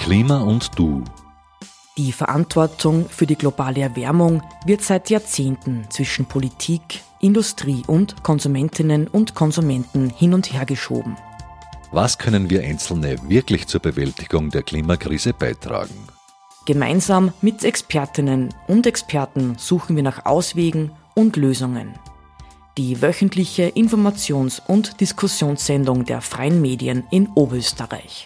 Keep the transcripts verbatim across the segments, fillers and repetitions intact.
Klima und Du. Die Verantwortung für die globale Erwärmung wird seit Jahrzehnten zwischen Politik, Industrie und Konsumentinnen und Konsumenten hin und her geschoben. Was können wir Einzelne wirklich zur Bewältigung der Klimakrise beitragen? Gemeinsam mit Expertinnen und Experten suchen wir nach Auswegen und Lösungen. Die wöchentliche Informations- und Diskussionssendung der Freien Medien in Oberösterreich.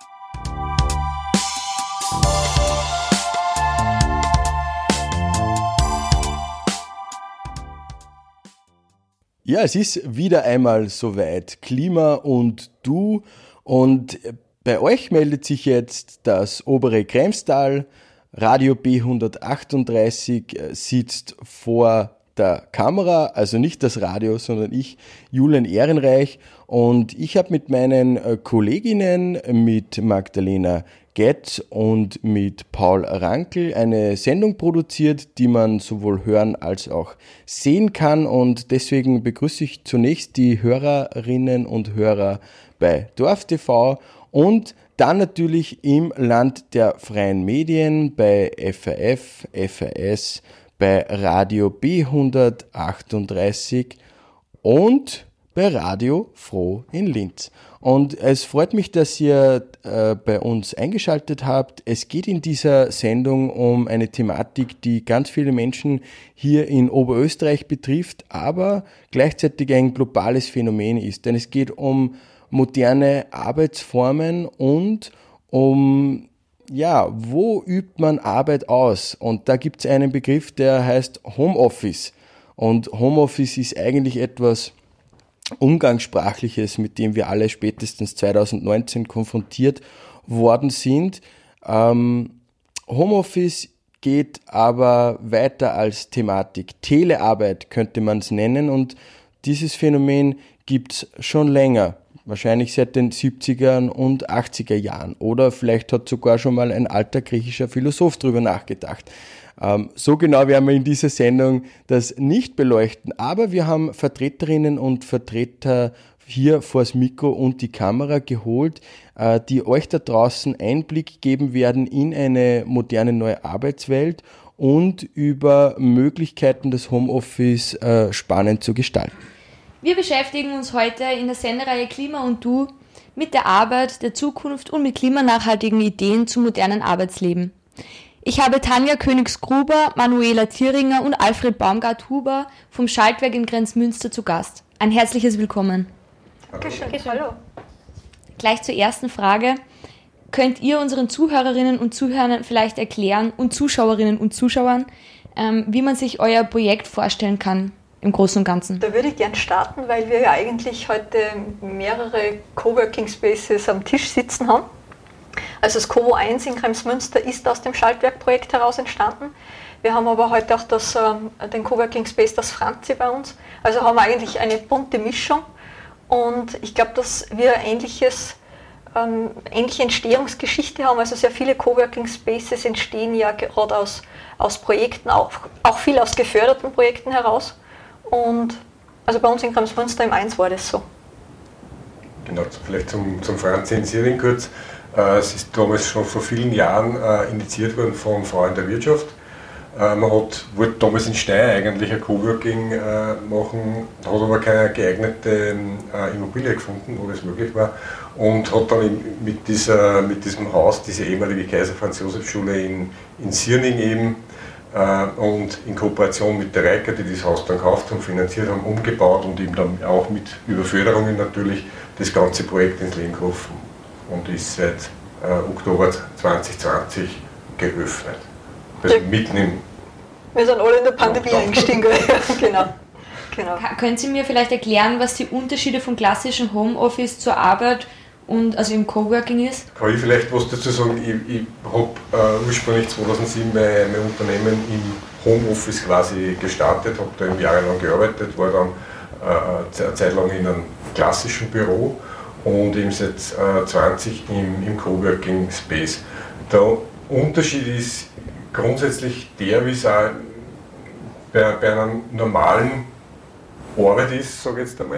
Ja, es ist wieder einmal soweit. Klima und Du. Und bei euch meldet sich jetzt das obere Kremstal. Radio B hundertachtunddreißig sitzt vor der Kamera, also nicht das Radio, sondern ich, Julian Ehrenreich. Und ich habe mit meinen Kolleginnen, mit Magdalena Gett und mit Paul Rankel eine Sendung produziert, die man sowohl hören als auch sehen kann. Und deswegen begrüße ich zunächst die Hörerinnen und Hörer bei DorfTV und dann natürlich im Land der freien Medien bei F A F, F A S, bei Radio B hundertachtunddreißig und bei Radio Froh in Linz. Und es freut mich, dass ihr äh, bei uns eingeschaltet habt. Es geht in dieser Sendung um eine Thematik, die ganz viele Menschen hier in Oberösterreich betrifft, aber gleichzeitig ein globales Phänomen ist. Denn es geht um moderne Arbeitsformen und um, ja, wo übt man Arbeit aus? Und da gibt es einen Begriff, der heißt Homeoffice. Und Homeoffice ist eigentlich etwas Umgangssprachliches, mit dem wir alle spätestens zweitausendneunzehn konfrontiert worden sind. Ähm, Homeoffice geht aber weiter als Thematik. Telearbeit könnte man es nennen, und dieses Phänomen gibt es schon länger. Wahrscheinlich seit den siebziger und achtziger Jahren. Oder vielleicht hat sogar schon mal ein alter griechischer Philosoph drüber nachgedacht. Ähm, so genau werden wir in dieser Sendung das nicht beleuchten. Aber wir haben Vertreterinnen und Vertreter hier vors Mikro und die Kamera geholt, äh, die euch da draußen Einblick geben werden in eine moderne neue Arbeitswelt und über Möglichkeiten des Homeoffice äh, spannend zu gestalten. Wir beschäftigen uns heute in der Sendereihe Klima und Du mit der Arbeit, der Zukunft und mit klimanachhaltigen Ideen zum modernen Arbeitsleben. Ich habe Tanja Königs-Gruber, Manuela Thieringer und Alfred Baumgart-Huber vom Schaltwerk in Grenzmünster zu Gast. Ein herzliches Willkommen. Dankeschön. Hallo. Gleich zur ersten Frage. Könnt ihr unseren Zuhörerinnen und Zuhörern vielleicht erklären und Zuschauerinnen und Zuschauern, ähm, wie man sich euer Projekt vorstellen kann? Im Großen und Ganzen. Da würde ich gern starten, weil wir ja eigentlich heute mehrere Coworking Spaces am Tisch sitzen haben. Also das Covo eins in Grenzmünster ist aus dem Schaltwerk-Projekt heraus entstanden. Wir haben aber heute auch das, den Coworking Space, das Franzi bei uns. Also haben wir eigentlich eine bunte Mischung. Und ich glaube, dass wir ähnliches, ähm, ähnliche Entstehungsgeschichte haben. Also sehr viele Coworking Spaces entstehen ja gerade aus, aus Projekten, auch, auch viel aus geförderten Projekten heraus. Und also bei uns in Grenzmünster im eins war das so. Genau, vielleicht zum, zum Franzi in Siering kurz. Äh, es ist damals schon vor vielen Jahren äh, initiiert worden von Frauen der Wirtschaft. Äh, man hat, wollte damals in Steyr eigentlich ein Coworking äh, machen, hat aber keine geeignete äh, Immobilie gefunden, wo das möglich war. Und hat dann in, mit, dieser, mit diesem Haus, diese ehemalige Kaiser-Franz-Josef-Schule in, in Sierning eben, und in Kooperation mit der Reiker, die das Haus dann gekauft und finanziert haben, umgebaut und eben dann auch mit Überförderungen natürlich das ganze Projekt ins Leben gerufen und ist seit äh, Oktober zwanzig zwanzig geöffnet. Also mitten im Wir sind alle in der Pandemie eingestiegen. Genau. Genau. Können Sie mir vielleicht erklären, was die Unterschiede vom klassischen Homeoffice zur Arbeit und also im Coworking ist? Kann ich vielleicht was dazu sagen? Ich, ich habe äh, ursprünglich zweitausendsieben mein, mein Unternehmen im Homeoffice quasi gestartet, habe da im jahrelang gearbeitet, war dann äh, eine Zeit lang in einem klassischen Büro und eben seit äh, zwanzig im, im Coworking Space. Der Unterschied ist grundsätzlich der, wie es auch bei, bei einer normalen Arbeit ist, sage ich jetzt einmal.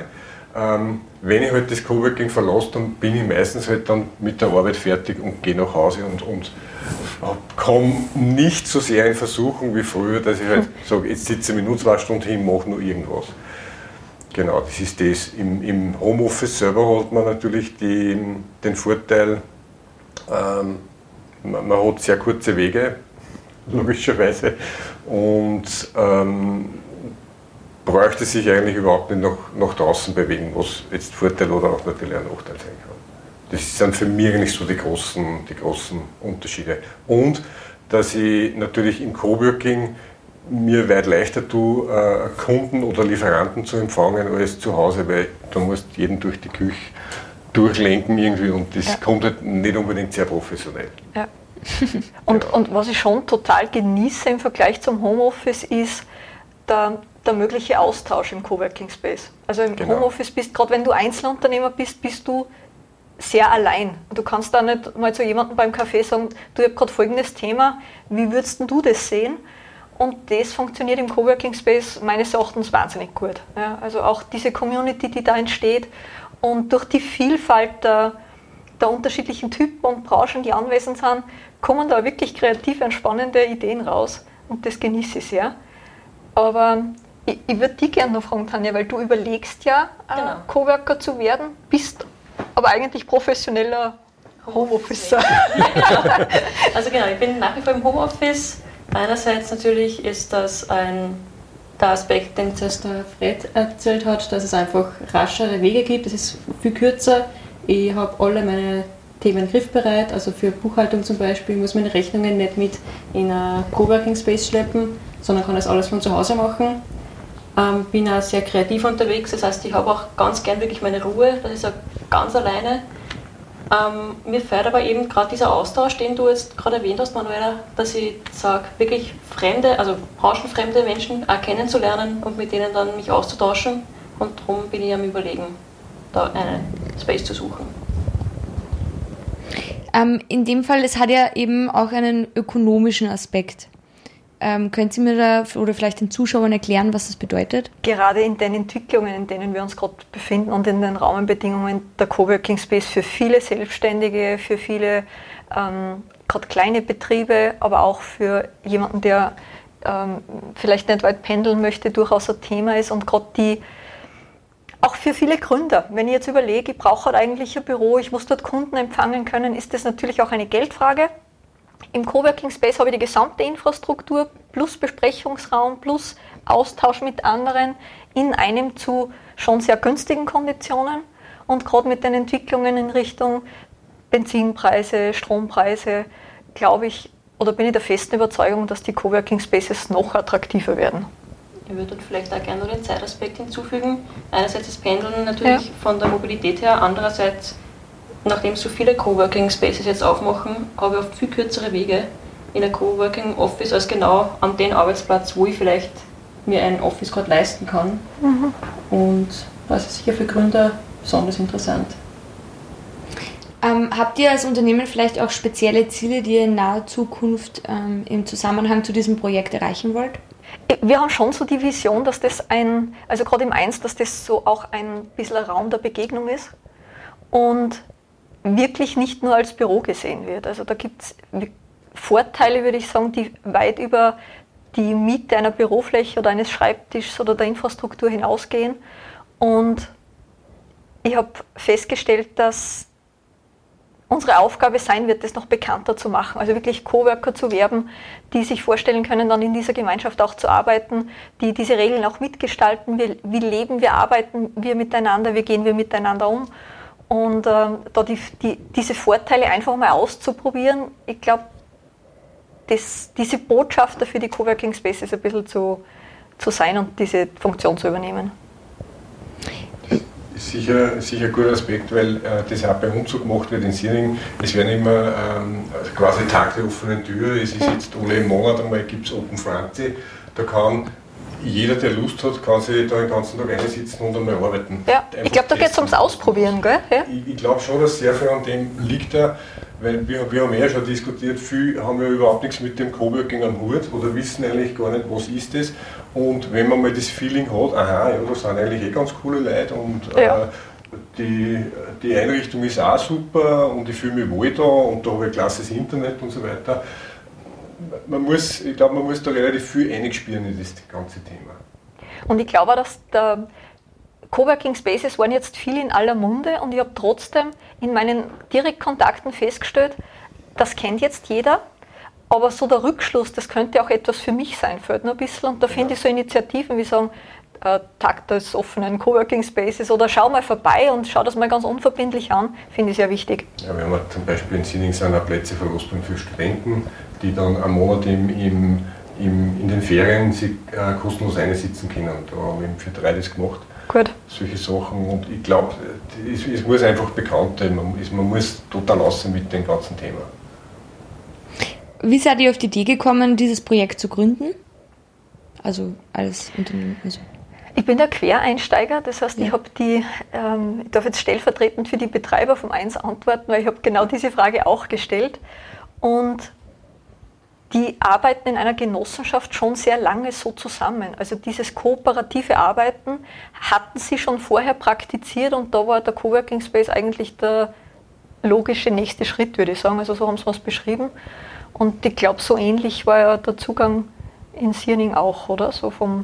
Ähm, wenn ich halt das Coworking verlasse, dann bin ich meistens halt dann mit der Arbeit fertig und gehe nach Hause und, und komme nicht so sehr in Versuchung wie früher, dass ich halt sage, jetzt sitze ich mir nur zwei Stunden hin, mache nur irgendwas. Genau, das ist das. Im, im Homeoffice selber hat man natürlich die, den Vorteil, ähm, man, man hat sehr kurze Wege, logischerweise, und ähm, bräuchte sich eigentlich überhaupt nicht nach, nach draußen bewegen, was jetzt Vorteil oder auch natürlich ein Nachteil sein kann. Das sind für mich eigentlich so die großen, die großen Unterschiede. Und dass ich natürlich im Coworking mir weit leichter tue, äh, Kunden oder Lieferanten zu empfangen als zu Hause, weil du musst jeden durch die Küche durchlenken irgendwie und das ja. kommt halt nicht unbedingt sehr professionell. Ja. und, genau. und was ich schon total genieße im Vergleich zum Homeoffice ist der, der mögliche Austausch im Coworking Space. Also im genau. Homeoffice bist, gerade wenn du Einzelunternehmer bist, bist du sehr allein. Du kannst da nicht mal zu jemandem beim Café sagen, du, ich habe gerade folgendes Thema, wie würdest du das sehen? Und das funktioniert im Coworking Space meines Erachtens wahnsinnig gut. Ja, also auch diese Community, die da entsteht und durch die Vielfalt der, der unterschiedlichen Typen und Branchen, die anwesend sind, kommen da wirklich kreative und spannende Ideen raus und das genieße ich sehr. Aber ich, ich würde dich gerne noch fragen, Tanja, weil du überlegst ja, genau. äh, Coworker zu werden, bist aber eigentlich professioneller Homeofficer. Also genau, ich bin nach wie vor im Homeoffice. Einerseits natürlich ist das ein, der Aspekt, den zuerst der Fred erzählt hat, dass es einfach raschere Wege gibt, es ist viel kürzer. Ich habe alle meine Themen griffbereit, also für Buchhaltung zum Beispiel muss meine Rechnungen nicht mit in einen Coworking Space schleppen, sondern kann das alles von zu Hause machen. Ähm, bin auch sehr kreativ unterwegs, das heißt, ich habe auch ganz gern wirklich meine Ruhe, das ist auch ganz alleine. Ähm, mir fällt aber eben gerade dieser Austausch, den du jetzt gerade erwähnt hast, Manuela, dass ich sage, wirklich fremde, also branchenfremde Menschen auch kennenzulernen und mit denen dann mich auszutauschen. Und darum bin ich am Überlegen, da einen Space zu suchen. Ähm, in dem Fall, es hat ja eben auch einen ökonomischen Aspekt. Ähm, können Sie mir da oder vielleicht den Zuschauern erklären, was das bedeutet? Gerade in den Entwicklungen, in denen wir uns gerade befinden und in den Rahmenbedingungen der Coworking Space für viele Selbstständige, für viele ähm, gerade kleine Betriebe, aber auch für jemanden, der ähm, vielleicht nicht weit pendeln möchte, durchaus ein Thema ist und gerade die auch für viele Gründer. Wenn ich jetzt überlege, ich brauche halt eigentlich ein Büro, ich muss dort Kunden empfangen können, ist das natürlich auch eine Geldfrage. Im Coworking Space habe ich die gesamte Infrastruktur plus Besprechungsraum plus Austausch mit anderen in einem zu schon sehr günstigen Konditionen und gerade mit den Entwicklungen in Richtung Benzinpreise, Strompreise, glaube ich, oder bin ich der festen Überzeugung, dass die Coworking Spaces noch attraktiver werden. Ich würde vielleicht auch gerne noch den Zeitaspekt hinzufügen. Einerseits das Pendeln natürlich ja. von der Mobilität her, andererseits nachdem so viele Coworking Spaces jetzt aufmachen, habe ich oft viel kürzere Wege in ein Coworking Office als genau an den Arbeitsplatz, wo ich vielleicht mir ein Office gerade leisten kann. Mhm. Und das ist sicher für Gründer besonders interessant. Ähm, habt ihr als Unternehmen vielleicht auch spezielle Ziele, die ihr in naher Zukunft ähm, im Zusammenhang zu diesem Projekt erreichen wollt? Wir haben schon so die Vision, dass das ein, also gerade im eins, dass das so auch ein bisschen ein Raum der Begegnung ist und wirklich nicht nur als Büro gesehen wird. Also da gibt es Vorteile, würde ich sagen, die weit über die Miete einer Bürofläche oder eines Schreibtischs oder der Infrastruktur hinausgehen. Und ich habe festgestellt, dass unsere Aufgabe sein wird, das noch bekannter zu machen. Also wirklich Coworker zu werben, die sich vorstellen können, dann in dieser Gemeinschaft auch zu arbeiten, die diese Regeln auch mitgestalten. Wie, wie leben wir, arbeiten wir miteinander, wie gehen wir miteinander um? Und ähm, da die, die, diese Vorteile einfach mal auszuprobieren, ich glaube, diese Botschafter für die Coworking Spaces ein bisschen zu, zu sein und diese Funktion zu übernehmen. Sicher, sicher ein guter Aspekt, weil äh, das auch bei uns so gemacht wird in Siering. Es werden immer ähm, quasi Tag der offenen Tür, es ist jetzt alle Monat einmal gibt es Open Franzi, da kann jeder, der Lust hat, kann sich da den ganzen Tag einsitzen und einmal arbeiten. Ja, ich glaube, da geht es ums Ausprobieren, gell? Ja. Ich, ich glaube schon, dass sehr viel an dem liegt da. Weil wir, wir haben ja schon diskutiert, viele haben ja überhaupt nichts mit dem Coworking am Hut oder wissen eigentlich gar nicht, was ist das. Und wenn man mal das Feeling hat, aha, ja, das sind eigentlich eh ganz coole Leute und ja. äh, die, die Einrichtung ist auch super und ich fühle mich wohl da und da habe ich klasses Internet und so weiter. Man muss, ich glaube, man muss da relativ viel einspüren in das ganze Thema. Und ich glaube auch, dass der Coworking Spaces waren jetzt viel in aller Munde und ich habe trotzdem in meinen Direktkontakten festgestellt, das kennt jetzt jeder, aber so der Rückschluss, das könnte auch etwas für mich sein, fällt nur ein bisschen. Und da finde ich so Initiativen wie sagen, äh, Tag des offenen Coworking Spaces oder schau mal vorbei und schau das mal ganz unverbindlich an, finde ich sehr wichtig. Ja, wir haben ja zum Beispiel in Sinning sind auch Plätze verlosbar für Studenten, die dann einen Monat im, im, im, in den Ferien sich, äh, kostenlos einsitzen können. Da haben wir für drei das gemacht. Gut. Solche Sachen und ich glaube, es, es muss einfach bekannt sein, man, man muss total raus mit dem ganzen Thema. Wie seid ihr auf die Idee gekommen, dieses Projekt zu gründen? Also als Unternehmen? Also. Ich bin der Quereinsteiger, das heißt, ja. ich, habe die, ähm, ich darf jetzt stellvertretend für die Betreiber vom eins antworten, weil ich habe genau diese Frage auch gestellt. Und die arbeiten in einer Genossenschaft schon sehr lange so zusammen. Also dieses kooperative Arbeiten hatten sie schon vorher praktiziert und da war der Coworking Space eigentlich der logische nächste Schritt, würde ich sagen. Also so haben sie was beschrieben. Und ich glaube, so ähnlich war ja der Zugang in Sierning auch, oder? So vom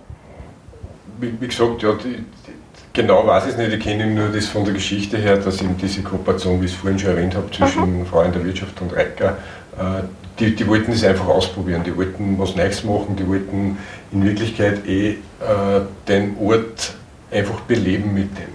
wie, wie gesagt, ja, die, die, genau weiß ich es nicht. Ich kenne nur das von der Geschichte her, dass eben diese Kooperation, wie ich es vorhin schon erwähnt habe, zwischen mhm. Frauen der Wirtschaft und Reiker, äh, Die, die wollten das einfach ausprobieren, die wollten was Neues machen, die wollten in Wirklichkeit eh äh, den Ort einfach beleben mit dem.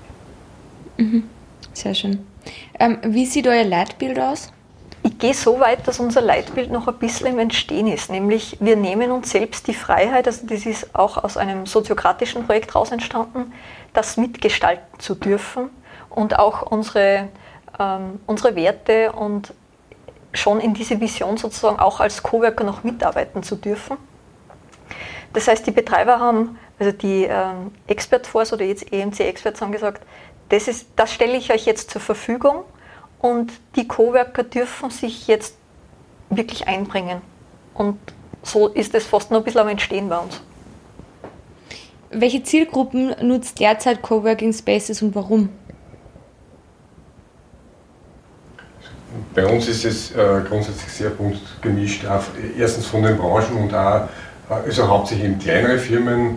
Mhm. Sehr schön. Ähm, wie sieht euer Leitbild aus? Ich gehe so weit, dass unser Leitbild noch ein bisschen im Entstehen ist, nämlich wir nehmen uns selbst die Freiheit, also das ist auch aus einem soziokratischen Projekt raus entstanden, das mitgestalten zu dürfen und auch unsere, ähm, unsere Werte und schon in diese Vision sozusagen auch als Coworker noch mitarbeiten zu dürfen. Das heißt, die Betreiber haben, also die ähm, Expert Force oder jetzt E M C Experts haben gesagt, das, ist, das stelle ich euch jetzt zur Verfügung und die Coworker dürfen sich jetzt wirklich einbringen. Und so ist es fast noch ein bisschen am Entstehen bei uns. Welche Zielgruppen nutzt derzeit Coworking Spaces und warum? Bei uns ist es äh, grundsätzlich sehr bunt gemischt, auch, erstens von den Branchen und auch, also hauptsächlich eben kleinere Firmen,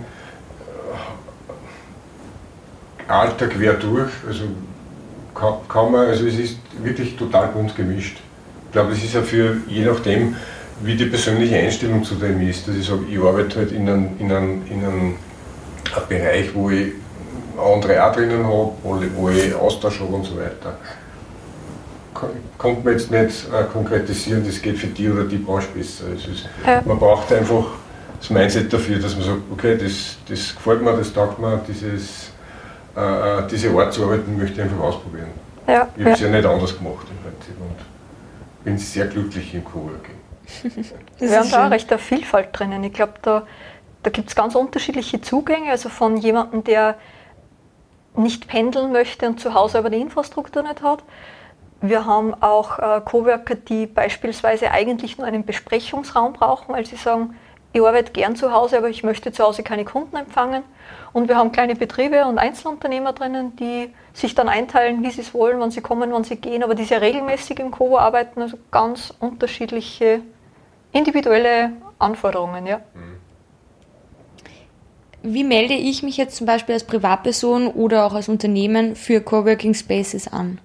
äh, Alter quer durch, also kann, kann man, also es ist wirklich total bunt gemischt. Ich glaube, es ist ja für, je nachdem, wie die persönliche Einstellung zu dem ist, dass ich sage, ich arbeite halt in einem, in einem, in einem Bereich, wo ich andere auch drinnen habe, wo, wo ich Austausch habe und so weiter. Konnte man jetzt nicht äh, konkretisieren, das geht für die oder die Branche besser. Es ist, ja. Man braucht einfach das Mindset dafür, dass man sagt, okay, das, das gefällt mir, das taugt mir, dieses, äh, diese Art zu arbeiten möchte ich einfach ausprobieren. Ja. Ich habe es ja. ja nicht anders gemacht im Prinzip und bin sehr glücklich im Coworking. Wir haben da auch recht eine Vielfalt drinnen. Ich glaube, da, da gibt es ganz unterschiedliche Zugänge, also von jemandem, der nicht pendeln möchte und zu Hause aber die Infrastruktur nicht hat. Wir haben auch äh, Coworker, die beispielsweise eigentlich nur einen Besprechungsraum brauchen, weil sie sagen, ich arbeite gern zu Hause, aber ich möchte zu Hause keine Kunden empfangen. Und wir haben kleine Betriebe und Einzelunternehmer drinnen, die sich dann einteilen, wie sie es wollen, wann sie kommen, wann sie gehen, aber die sehr regelmäßig im Cowo arbeiten, also ganz unterschiedliche individuelle Anforderungen. Ja. Wie melde ich mich jetzt zum Beispiel als Privatperson oder auch als Unternehmen für Coworking Spaces an?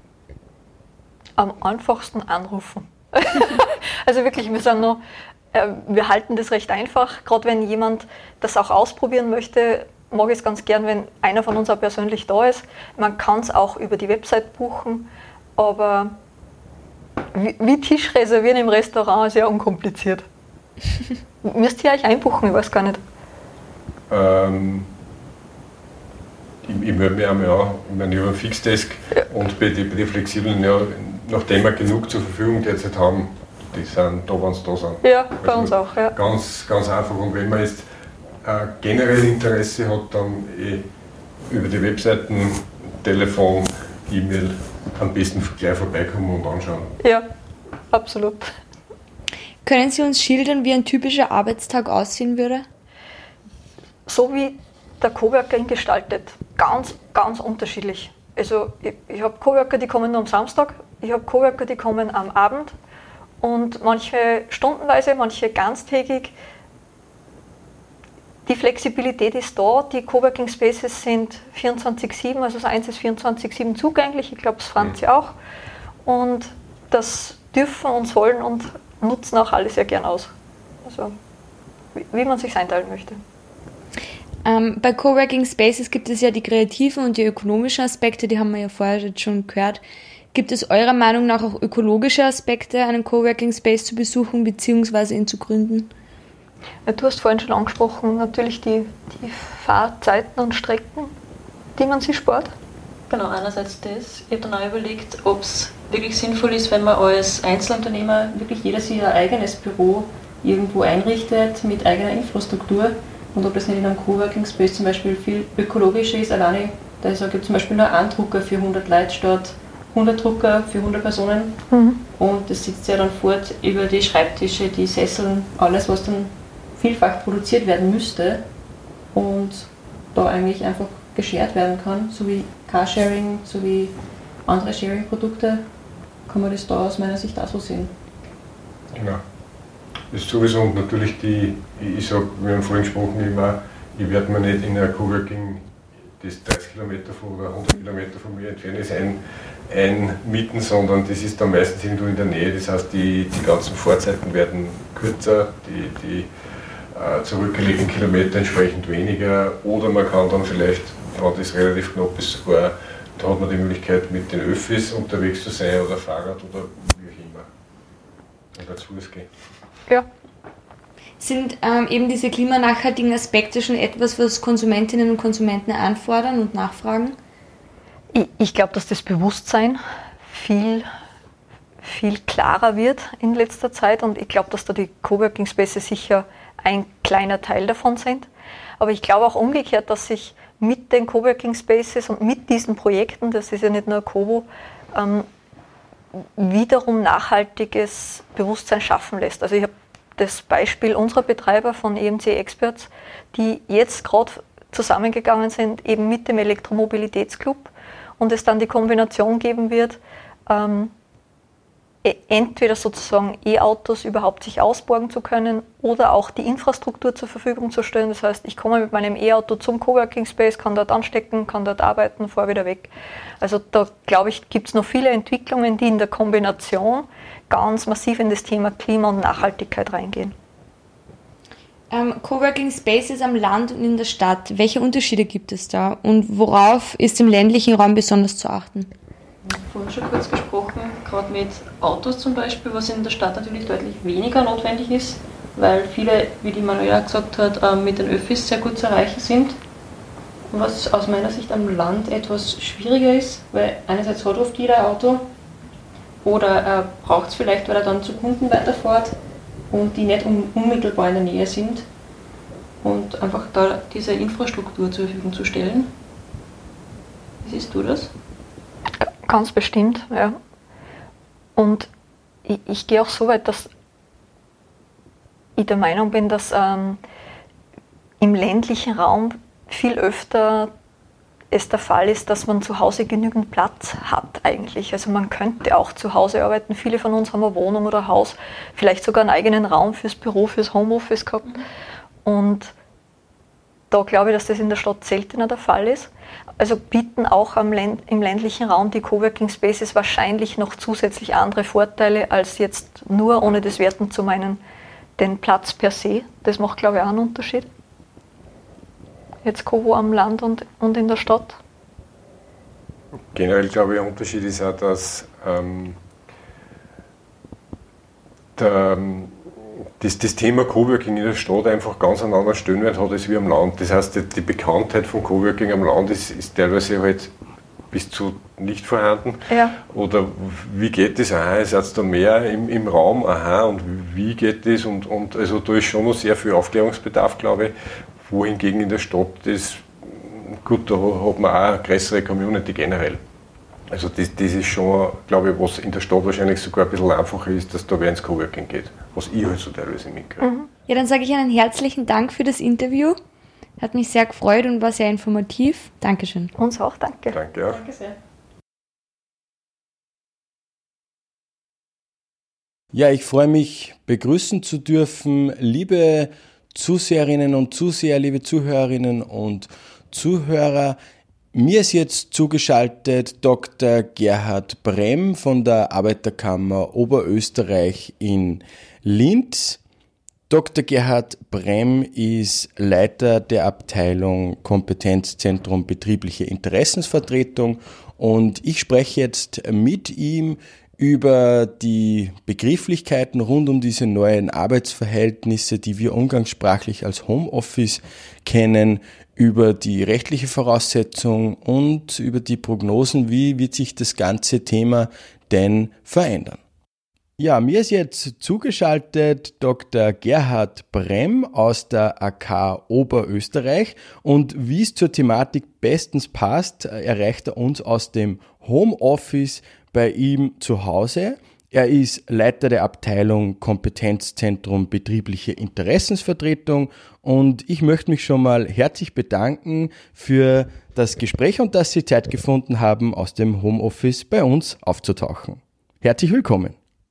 Am einfachsten anrufen. Also wirklich, wir sagen nur, äh, wir halten das recht einfach. Gerade wenn jemand das auch ausprobieren möchte, mag ich es ganz gern, wenn einer von uns auch persönlich da ist. Man kann es auch über die Website buchen, aber wie, wie Tisch reservieren im Restaurant ist ja unkompliziert. Müsst ihr euch einbuchen? Ich weiß gar nicht. Ähm, ich, ich melde mich einmal an, ich meine, ich habe einen Fixdesk ja. Und bei den, bei den Flexiblen, ja, nachdem wir genug zur Verfügung derzeit haben, die sind da, wenn sie da sind. Ja, bei also uns auch. Ja. Ganz, ganz einfach. Und wenn man jetzt äh, generell Interesse hat, dann eh über die Webseiten, Telefon, E-Mail am besten gleich vorbeikommen und anschauen. Ja, absolut. Können Sie uns schildern, wie ein typischer Arbeitstag aussehen würde? So wie der Coworker ihn gestaltet, ganz, ganz unterschiedlich. Also ich, ich habe Coworker, die kommen nur am Samstag, ich habe Coworker, die kommen am Abend und manche stundenweise, manche ganztägig. Die Flexibilität ist da, die Coworking Spaces sind vierundzwanzig sieben, also das eins ist vierundzwanzig sieben zugänglich, ich glaube das Franzi auch. Und das dürfen und sollen und nutzen auch alle sehr gern aus. Also wie, wie man sich einteilen möchte. Ähm, bei Coworking Spaces gibt es ja die kreativen und die ökonomischen Aspekte, die haben wir ja vorher jetzt schon gehört. Gibt es eurer Meinung nach auch ökologische Aspekte, einen Coworking Space zu besuchen bzw. ihn zu gründen? Ja, du hast vorhin schon angesprochen, natürlich die, die Fahrzeiten und Strecken, die man sich spart. Genau, einerseits das. Ich habe dann auch überlegt, ob es wirklich sinnvoll ist, wenn man als Einzelunternehmer wirklich jeder sich ein eigenes Büro irgendwo einrichtet mit eigener Infrastruktur und ob das nicht in einem Coworking Space zum Beispiel viel ökologischer ist. Alleine, da ist auch zum Beispiel nur ein Drucker für hundert Leute statt hundert Drucker für hundert Personen. Mhm. Und das sitzt ja dann fort über die Schreibtische, die Sesseln, alles, was dann vielfach produziert werden müsste und da eigentlich einfach geshared werden kann, so wie Carsharing, so wie andere Sharing-Produkte, kann man das da aus meiner Sicht auch so sehen. Genau. Das ist sowieso und natürlich die, ich sage, wir haben vorhin gesprochen, immer, ich werde mir nicht in einer Coworking, das dreißig Kilometer von oder hundert Kilometer von mir entfernt ist, ein, einmieten, sondern das ist dann meistens irgendwo in der Nähe, das heißt, die, die ganzen Fahrzeiten werden kürzer, die, die äh, zurückgelegten Kilometer entsprechend weniger oder man kann dann vielleicht, wenn das relativ knapp ist, sogar, da hat man die Möglichkeit mit den Öffis unterwegs zu sein oder Fahrrad oder wie auch immer. Oder zu Fuß gehen. Ja. Sind ähm, eben diese klimanachhaltigen Aspekte schon etwas, was Konsumentinnen und Konsumenten anfordern und nachfragen? Ich, ich glaube, dass das Bewusstsein viel, viel klarer wird in letzter Zeit und ich glaube, dass da die Coworking Spaces sicher ein kleiner Teil davon sind. Aber ich glaube auch umgekehrt, dass sich mit den Coworking Spaces und mit diesen Projekten, das ist ja nicht nur Covo, ähm, wiederum nachhaltiges Bewusstsein schaffen lässt. Also ich habe das Beispiel unserer Betreiber von E M C Experts, die jetzt gerade zusammengegangen sind, eben mit dem Elektromobilitätsclub und es dann die Kombination geben wird, ähm, entweder sozusagen E-Autos überhaupt sich ausborgen zu können oder auch die Infrastruktur zur Verfügung zu stellen. Das heißt, ich komme mit meinem E-Auto zum Coworking Space, kann dort anstecken, kann dort arbeiten, fahre wieder weg. Also da, glaube ich, gibt es noch viele Entwicklungen, die in der Kombination ganz massiv in das Thema Klima und Nachhaltigkeit reingehen. Ähm, Coworking Spaces am Land und in der Stadt, welche Unterschiede gibt es da und worauf ist im ländlichen Raum besonders zu achten? Vorhin schon kurz gesprochen, gerade mit Autos zum Beispiel, was in der Stadt natürlich deutlich weniger notwendig ist, weil viele, wie die Manuela gesagt hat, mit den Öffis sehr gut zu erreichen sind. Was aus meiner Sicht am Land etwas schwieriger ist, weil einerseits hat oft jeder ein Auto oder er braucht es vielleicht, weil er dann zu Kunden weiterfährt und die nicht unmittelbar in der Nähe sind und einfach da diese Infrastruktur zur Verfügung zu stellen. Wie siehst du das? Ganz bestimmt, ja. Und ich, ich gehe auch so weit, dass ich der Meinung bin, dass ähm, im ländlichen Raum viel öfter es der Fall ist, dass man zu Hause genügend Platz hat eigentlich. Also man könnte auch zu Hause arbeiten. Viele von uns haben eine Wohnung oder Haus, vielleicht sogar einen eigenen Raum fürs Büro, fürs Homeoffice gehabt. Und da glaube ich, dass das in der Stadt seltener der Fall ist. Also bieten auch am Länd- im ländlichen Raum die Coworking Spaces wahrscheinlich noch zusätzlich andere Vorteile als jetzt nur, ohne das werten zu meinen, den Platz per se. Das macht, glaube ich, auch einen Unterschied. Jetzt Covo am Land und, und in der Stadt. Generell glaube ich, ein Unterschied ist auch, dass ähm, der, das, das Thema Coworking in der Stadt einfach ganz einen anderen Stellenwert hat als wie am Land. Das heißt, die, die Bekanntheit von Coworking am Land ist, ist teilweise halt bis zu nicht vorhanden. Ja. Oder wie geht das? Aha, ist jetzt da mehr im, im Raum? Aha, und wie geht das? Und, und also da ist schon noch sehr viel Aufklärungsbedarf, glaube ich. Wohingegen in der Stadt das, gut, da hat man auch eine größere Community generell. Also das, das ist schon, glaube ich, was in der Stadt wahrscheinlich sogar ein bisschen einfacher ist, dass da wer ins Coworking geht, was ich halt so teilweise mitkriege. Mhm. Ja, dann sage ich einen herzlichen Dank für das Interview. Hat mich sehr gefreut und war sehr informativ. Dankeschön. Uns auch, danke. Danke auch. Danke sehr. Ja, ich freue mich, begrüßen zu dürfen, liebe Zuseherinnen und Zuseher, liebe Zuhörerinnen und Zuhörer. Mir ist jetzt zugeschaltet Doktor Gerhard Bremm von der Arbeiterkammer Oberösterreich in Linz. Doktor Gerhard Bremm ist Leiter der Abteilung Kompetenzzentrum betriebliche Interessensvertretung und ich spreche jetzt mit ihm über die Begrifflichkeiten rund um diese neuen Arbeitsverhältnisse, die wir umgangssprachlich als Homeoffice kennen, über die rechtliche Voraussetzung und über die Prognosen, wie wird sich das ganze Thema denn verändern. Ja, mir ist jetzt zugeschaltet Doktor Gerhard Bremm aus der A K Oberösterreich und wie es zur Thematik bestens passt, erreicht er uns aus dem Homeoffice bei ihm zu Hause. Er ist Leiter der Abteilung Kompetenzzentrum betriebliche Interessensvertretung und ich möchte mich schon mal herzlich bedanken für das Gespräch und dass Sie Zeit gefunden haben, aus dem Homeoffice bei uns aufzutauchen. Herzlich willkommen.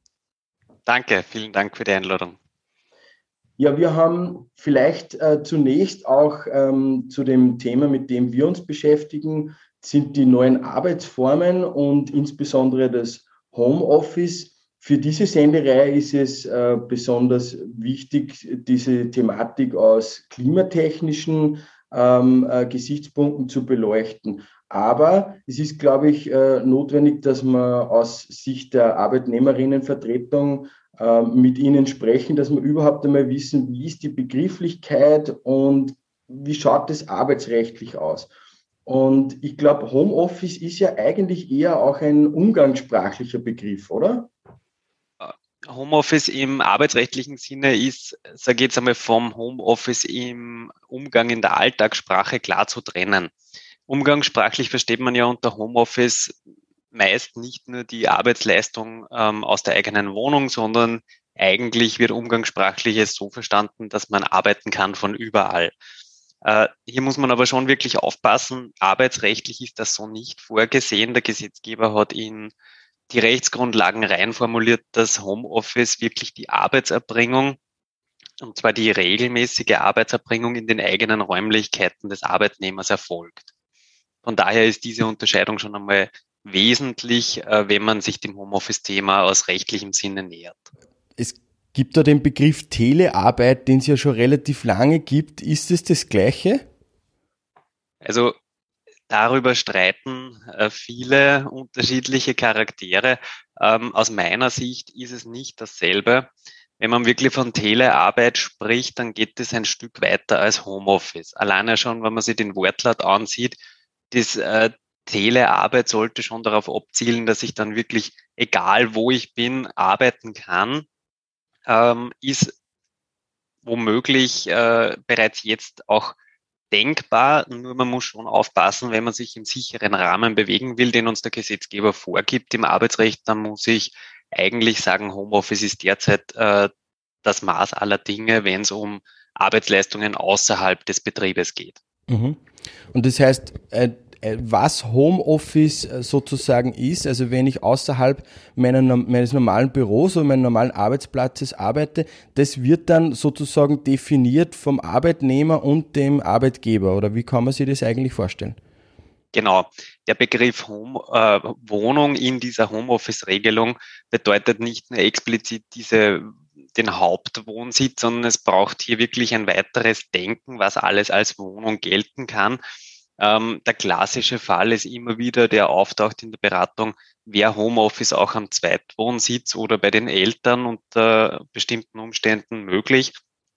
Danke, vielen Dank für die Einladung. Ja, wir haben vielleicht äh, zunächst auch ähm, zu dem Thema, mit dem wir uns beschäftigen, sind die neuen Arbeitsformen und insbesondere das Homeoffice. Für diese Sendereihe ist es äh, besonders wichtig, diese Thematik aus klimatechnischen ähm, äh, Gesichtspunkten zu beleuchten. Aber es ist, glaube ich, äh, notwendig, dass wir aus Sicht der Arbeitnehmerinnenvertretung äh, mit Ihnen sprechen, dass wir überhaupt einmal wissen, wie ist die Begrifflichkeit und wie schaut es arbeitsrechtlich aus. Und ich glaube, Homeoffice ist ja eigentlich eher auch ein umgangssprachlicher Begriff, oder? Homeoffice im arbeitsrechtlichen Sinne ist, sage ich jetzt einmal, vom Homeoffice im Umgang in der Alltagssprache klar zu trennen. Umgangssprachlich versteht man ja unter Homeoffice meist nicht nur die Arbeitsleistung ähm, aus der eigenen Wohnung, sondern eigentlich wird umgangssprachliches so verstanden, dass man arbeiten kann von überall. Äh, hier muss man aber schon wirklich aufpassen. Arbeitsrechtlich ist das so nicht vorgesehen. Der Gesetzgeber hat in die Rechtsgrundlagen rein formuliert, dass Homeoffice wirklich die Arbeitserbringung, und zwar die regelmäßige Arbeitserbringung in den eigenen Räumlichkeiten des Arbeitnehmers erfolgt. Von daher ist diese Unterscheidung schon einmal wesentlich, wenn man sich dem Homeoffice-Thema aus rechtlichem Sinne nähert. Es gibt da den Begriff Telearbeit, den es ja schon relativ lange gibt. Ist es das Gleiche? Also darüber streiten äh, viele unterschiedliche Charaktere. Ähm, aus meiner Sicht ist es nicht dasselbe. Wenn man wirklich von Telearbeit spricht, dann geht es ein Stück weiter als Homeoffice. Alleine schon, wenn man sich den Wortlaut ansieht, das äh, Telearbeit sollte schon darauf abzielen, dass ich dann wirklich, egal wo ich bin, arbeiten kann, ähm, ist womöglich äh, bereits jetzt auch denkbar, nur man muss schon aufpassen, wenn man sich im sicheren Rahmen bewegen will, den uns der Gesetzgeber vorgibt im Arbeitsrecht, dann muss ich eigentlich sagen, Homeoffice ist derzeit äh, das Maß aller Dinge, wenn es um Arbeitsleistungen außerhalb des Betriebes geht. Mhm. Und das heißt, äh, was Homeoffice sozusagen ist, also wenn ich außerhalb meiner, meines normalen Büros oder meines normalen Arbeitsplatzes arbeite, das wird dann sozusagen definiert vom Arbeitnehmer und dem Arbeitgeber, oder wie kann man sich das eigentlich vorstellen? Genau, der Begriff Home, äh, Wohnung in dieser Homeoffice-Regelung bedeutet nicht nur explizit diese, den Hauptwohnsitz, sondern es braucht hier wirklich ein weiteres Denken, was alles als Wohnung gelten kann. Ähm, der klassische Fall ist immer wieder, der auftaucht in der Beratung, wäre Homeoffice auch am Zweitwohnsitz oder bei den Eltern unter bestimmten Umständen möglich.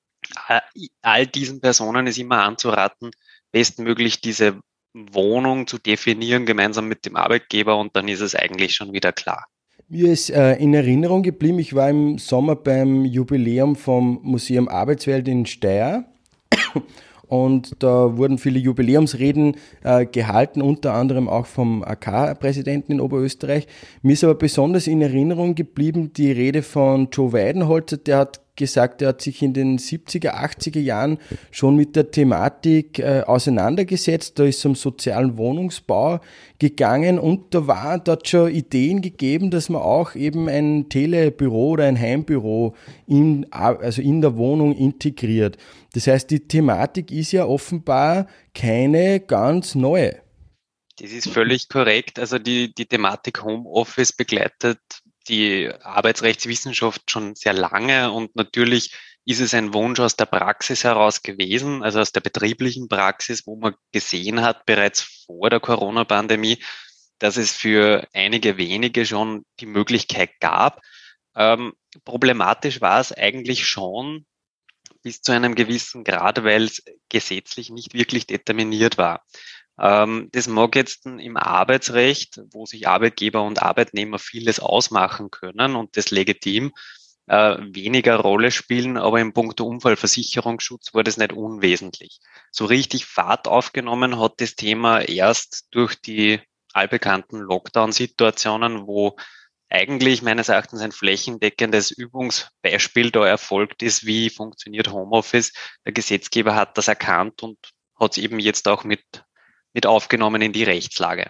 All diesen Personen ist immer anzuraten, bestmöglich diese Wohnung zu definieren, gemeinsam mit dem Arbeitgeber, und dann ist es eigentlich schon wieder klar. Mir ist äh, in Erinnerung geblieben, ich war im Sommer beim Jubiläum vom Museum Arbeitswelt in Steyr und da wurden viele Jubiläumsreden äh, gehalten, unter anderem auch vom A K-Präsidenten in Oberösterreich. Mir ist aber besonders in Erinnerung geblieben die Rede von Joe Weidenholzer, der hat gesagt, er hat sich in den siebziger, achtziger Jahren schon mit der Thematik äh, auseinandergesetzt. Da ist es um sozialen Wohnungsbau gegangen und da war, da hat schon Ideen gegeben, dass man auch eben ein Telebüro oder ein Heimbüro in, also in der Wohnung integriert. Das heißt, die Thematik ist ja offenbar keine ganz neue. Das ist völlig korrekt. Also die, die Thematik Homeoffice begleitet die Arbeitsrechtswissenschaft schon sehr lange und natürlich ist es ein Wunsch aus der Praxis heraus gewesen, also aus der betrieblichen Praxis, wo man gesehen hat, bereits vor der Corona-Pandemie, dass es für einige wenige schon die Möglichkeit gab. Ähm, problematisch war es eigentlich schon bis zu einem gewissen Grad, weil es gesetzlich nicht wirklich determiniert war. Das mag jetzt im Arbeitsrecht, wo sich Arbeitgeber und Arbeitnehmer vieles ausmachen können und das legitim, äh, weniger Rolle spielen, aber im Punkto Unfallversicherungsschutz war das nicht unwesentlich. So richtig Fahrt aufgenommen hat das Thema erst durch die allbekannten Lockdown-Situationen, wo eigentlich meines Erachtens ein flächendeckendes Übungsbeispiel da erfolgt ist, wie funktioniert Homeoffice. Der Gesetzgeber hat das erkannt und hat es eben jetzt auch mit mit aufgenommen in die Rechtslage.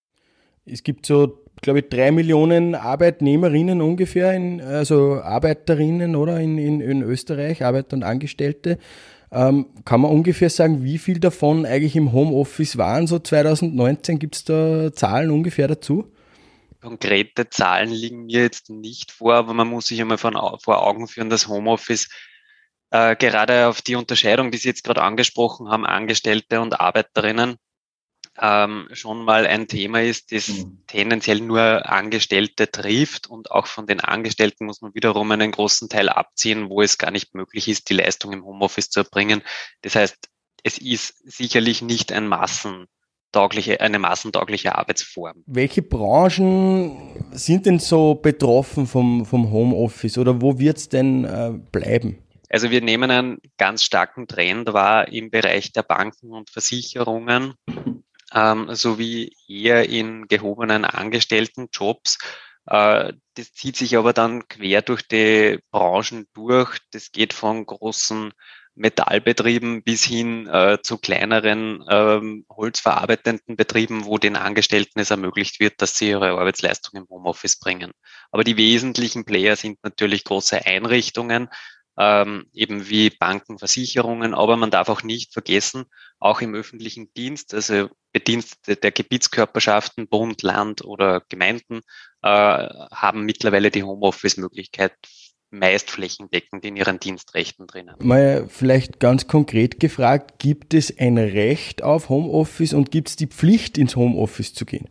Es gibt so, glaube ich, drei Millionen Arbeitnehmerinnen ungefähr, in, also Arbeiterinnen oder in, in, in Österreich, Arbeiter und Angestellte. Ähm, kann man ungefähr sagen, wie viel davon eigentlich im Homeoffice waren? So zwanzig neunzehn, gibt es da Zahlen ungefähr dazu? Konkrete Zahlen liegen mir jetzt nicht vor, aber man muss sich einmal von, vor Augen führen, dass Homeoffice äh, gerade auf die Unterscheidung, die Sie jetzt gerade angesprochen haben, Angestellte und Arbeiterinnen, Ähm, schon mal ein Thema ist, das mhm. tendenziell nur Angestellte trifft und auch von den Angestellten muss man wiederum einen großen Teil abziehen, wo es gar nicht möglich ist, die Leistung im Homeoffice zu erbringen. Das heißt, es ist sicherlich nicht ein massentaugliche, eine massentaugliche Arbeitsform. Welche Branchen sind denn so betroffen vom, vom Homeoffice oder wo wird es denn äh, bleiben? Also wir nehmen einen ganz starken Trend wahr im Bereich der Banken und Versicherungen, Ähm, sowie eher in gehobenen Angestelltenjobs. Äh, das zieht sich aber dann quer durch die Branchen durch. Das geht von großen Metallbetrieben bis hin äh, zu kleineren ähm, holzverarbeitenden Betrieben, wo den Angestellten es ermöglicht wird, dass sie ihre Arbeitsleistung im Homeoffice bringen. Aber die wesentlichen Player sind natürlich große Einrichtungen, Ähm, eben wie Banken, Versicherungen, aber man darf auch nicht vergessen, auch im öffentlichen Dienst, also Bedienstete der Gebietskörperschaften, Bund, Land oder Gemeinden, äh, haben mittlerweile die Homeoffice-Möglichkeit meist flächendeckend in ihren Dienstrechten drinnen. Mal vielleicht ganz konkret gefragt, gibt es ein Recht auf Homeoffice und gibt es die Pflicht, ins Homeoffice zu gehen?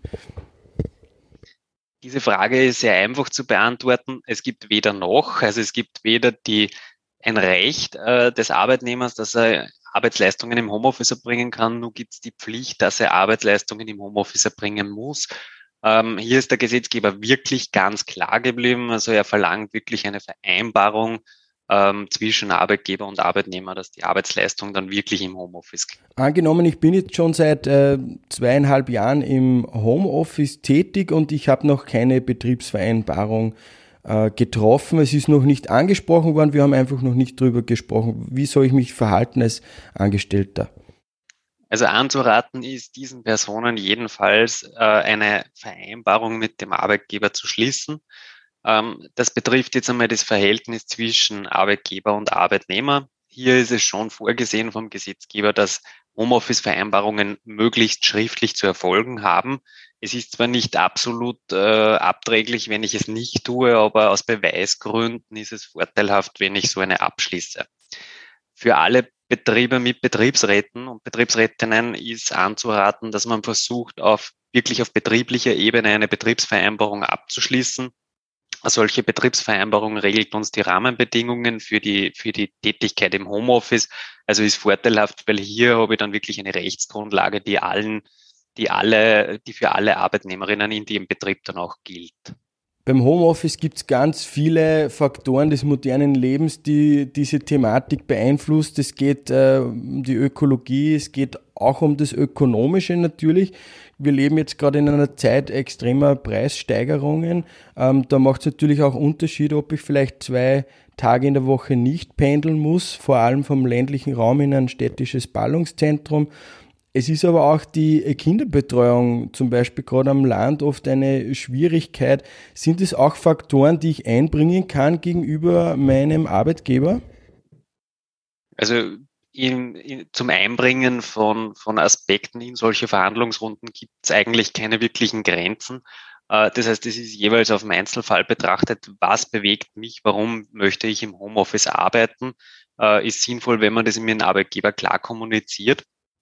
Diese Frage ist sehr einfach zu beantworten. Es gibt weder noch, also es gibt weder die ein Recht äh, des Arbeitnehmers, dass er Arbeitsleistungen im Homeoffice erbringen kann. Nun gibt es die Pflicht, dass er Arbeitsleistungen im Homeoffice erbringen muss. Ähm, hier ist der Gesetzgeber wirklich ganz klar geblieben. Also er verlangt wirklich eine Vereinbarung ähm, zwischen Arbeitgeber und Arbeitnehmer, dass die Arbeitsleistung dann wirklich im Homeoffice geht. Angenommen, ich bin jetzt schon seit äh, zweieinhalb Jahren im Homeoffice tätig und ich habe noch keine Betriebsvereinbarung getroffen. Es ist noch nicht angesprochen worden, wir haben einfach noch nicht drüber gesprochen. Wie soll ich mich verhalten als Angestellter? Also anzuraten ist diesen Personen jedenfalls äh, eine Vereinbarung mit dem Arbeitgeber zu schließen. Ähm, das betrifft jetzt einmal das Verhältnis zwischen Arbeitgeber und Arbeitnehmer. Hier ist es schon vorgesehen vom Gesetzgeber, dass Homeoffice-Vereinbarungen möglichst schriftlich zu erfolgen haben. Es ist zwar nicht absolut äh, abträglich, wenn ich es nicht tue, aber aus Beweisgründen ist es vorteilhaft, wenn ich so eine abschließe. Für alle Betriebe mit Betriebsräten und Betriebsrätinnen ist anzuraten, dass man versucht, auf wirklich auf betrieblicher Ebene eine Betriebsvereinbarung abzuschließen. Eine solche Betriebsvereinbarung regelt uns die Rahmenbedingungen für die, für die Tätigkeit im Homeoffice. Also ist vorteilhaft, weil hier habe ich dann wirklich eine Rechtsgrundlage, die allen, die alle, die für alle Arbeitnehmerinnen in dem Betrieb dann auch gilt. Beim Homeoffice gibt es ganz viele Faktoren des modernen Lebens, die diese Thematik beeinflusst. Es geht äh, um die Ökologie, es geht auch um das Ökonomische natürlich. Wir leben jetzt gerade in einer Zeit extremer Preissteigerungen. Ähm, da macht es natürlich auch Unterschied, ob ich vielleicht zwei Tage in der Woche nicht pendeln muss, vor allem vom ländlichen Raum in ein städtisches Ballungszentrum. Es ist aber auch die Kinderbetreuung, zum Beispiel gerade am Land, oft eine Schwierigkeit. Sind es auch Faktoren, die ich einbringen kann gegenüber meinem Arbeitgeber? Also in, in, zum Einbringen von, von Aspekten in solche Verhandlungsrunden gibt es eigentlich keine wirklichen Grenzen. Äh, das heißt, es ist jeweils auf den Einzelfall betrachtet, was bewegt mich, warum möchte ich im Homeoffice arbeiten. Äh, ist sinnvoll, wenn man das mit dem Arbeitgeber klar kommuniziert.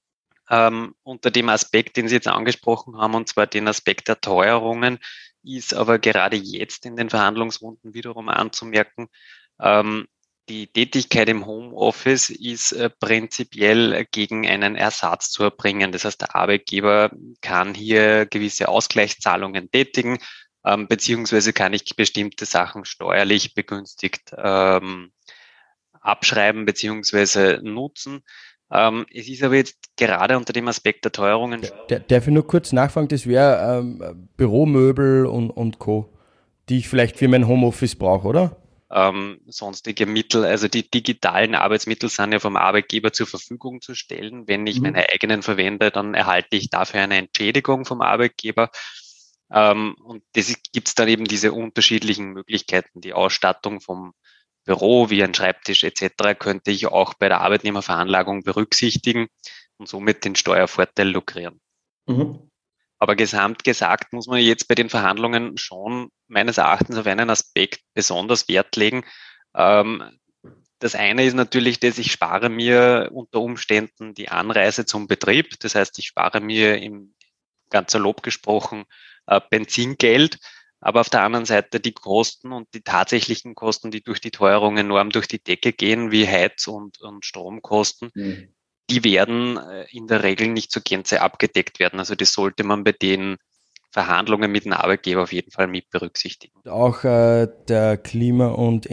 Ähm, unter dem Aspekt, den Sie jetzt angesprochen haben, und zwar den Aspekt der Teuerungen, ist aber gerade jetzt in den Verhandlungsrunden wiederum anzumerken, ähm, die Tätigkeit im Homeoffice ist äh, prinzipiell gegen einen Ersatz zu erbringen. Das heißt, der Arbeitgeber kann hier gewisse Ausgleichszahlungen tätigen, ähm, beziehungsweise kann ich bestimmte Sachen steuerlich begünstigt ähm, abschreiben beziehungsweise nutzen. Ähm, es ist aber jetzt gerade unter dem Aspekt der Teuerungen. Der, darf ich nur kurz nachfragen, das wäre ähm, Büromöbel und, und Co., die ich vielleicht für mein Homeoffice brauche, oder? Ähm, sonstige Mittel, also die digitalen Arbeitsmittel sind ja vom Arbeitgeber zur Verfügung zu stellen. Wenn ich mhm. meine eigenen verwende, dann erhalte ich dafür eine Entschädigung vom Arbeitgeber. Ähm, und das gibt es dann eben diese unterschiedlichen Möglichkeiten. Die Ausstattung vom Büro wie ein Schreibtisch et cetera könnte ich auch bei der Arbeitnehmerveranlagung berücksichtigen und somit den Steuervorteil lukrieren. Mhm. Aber gesamt gesagt muss man jetzt bei den Verhandlungen schon meines Erachtens auf einen Aspekt besonders Wert legen. Ähm, das eine ist natürlich, dass ich spare mir unter Umständen die Anreise zum Betrieb. Das heißt, ich spare mir im ganz salopp gesprochen äh, Benzingeld. Aber auf der anderen Seite die Kosten und die tatsächlichen Kosten, die durch die Teuerung enorm durch die Decke gehen, wie Heiz- und, und Stromkosten, mhm. die werden in der Regel nicht zur Gänze abgedeckt werden. Also das sollte man bei den Verhandlungen mit dem Arbeitgeber auf jeden Fall mit berücksichtigen. Auch äh, der Klima- und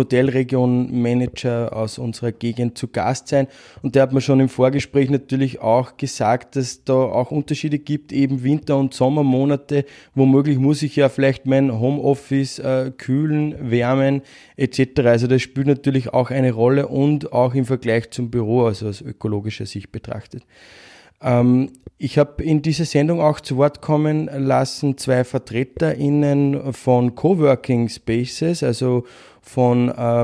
Energiemodellregion-Manager aus unserer Gegend zu Gast sein. Und der hat mir schon im Vorgespräch natürlich auch gesagt, dass da auch Unterschiede gibt, eben Winter- und Sommermonate. Womöglich muss ich ja vielleicht mein Homeoffice äh, kühlen, wärmen et cetera. Also das spielt natürlich auch eine Rolle und auch im Vergleich zum Büro, also aus ökologischer Sicht betrachtet. Ähm, ich habe in dieser Sendung auch zu Wort kommen lassen zwei VertreterInnen von Coworking Spaces, also von äh,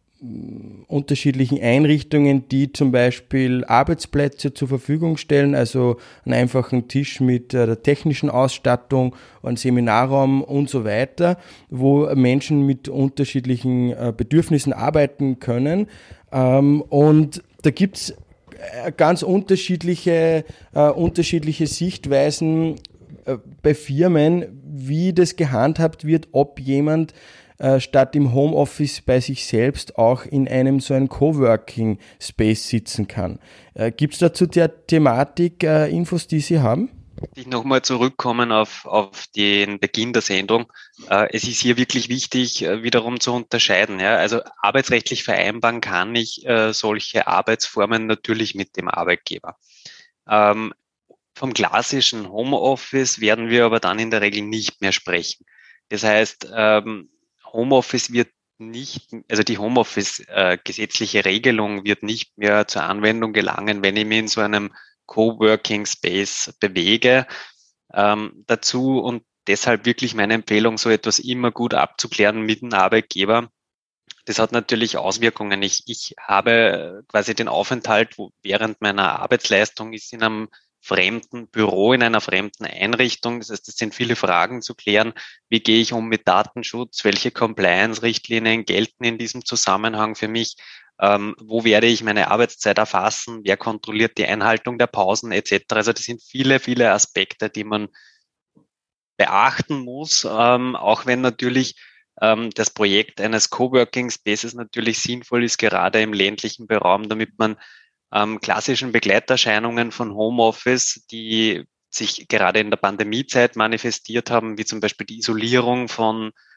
unterschiedlichen Einrichtungen, die zum Beispiel Arbeitsplätze zur Verfügung stellen, also einen einfachen Tisch mit äh, der technischen Ausstattung, einen Seminarraum und so weiter, wo Menschen mit unterschiedlichen äh, Bedürfnissen arbeiten können. Ähm, und da gibt's ganz unterschiedliche, äh, unterschiedliche Sichtweisen äh, bei Firmen, wie das gehandhabt wird, ob jemand äh, statt im Homeoffice bei sich selbst auch in einem so einem Coworking Space sitzen kann. Äh, Gibt es dazu der Thematik äh, Infos, die Sie haben? Ich nochmal zurückkommen auf, auf den Beginn der Sendung. Äh, es ist hier wirklich wichtig, äh, wiederum zu unterscheiden. Ja? Also arbeitsrechtlich vereinbaren kann ich äh, solche Arbeitsformen natürlich mit dem Arbeitgeber. Ähm, vom klassischen Homeoffice werden wir aber dann in der Regel nicht mehr sprechen. Das heißt, ähm, Homeoffice wird nicht, also die Homeoffice-gesetzliche äh, Regelung wird nicht mehr zur Anwendung gelangen, wenn ich mich in so einem Coworking Space bewege ähm, dazu und deshalb wirklich meine Empfehlung, so etwas immer gut abzuklären mit dem Arbeitgeber. Das hat natürlich Auswirkungen. Ich, ich habe quasi den Aufenthalt, wo während meiner Arbeitsleistung ist in einem fremden Büro, in einer fremden Einrichtung. Das heißt, es sind viele Fragen zu klären. Wie gehe ich um mit Datenschutz? Welche Compliance-Richtlinien gelten in diesem Zusammenhang für mich? Ähm, wo werde ich meine Arbeitszeit erfassen? Wer kontrolliert die Einhaltung der Pausen et cetera? Also das sind viele, viele Aspekte, die man beachten muss, ähm, auch wenn natürlich ähm, das Projekt eines Coworking Spaces natürlich sinnvoll ist, gerade im ländlichen Raum, damit man ähm, klassischen Begleiterscheinungen von Homeoffice, die sich gerade in der Pandemiezeit manifestiert haben, wie zum Beispiel die Isolierung von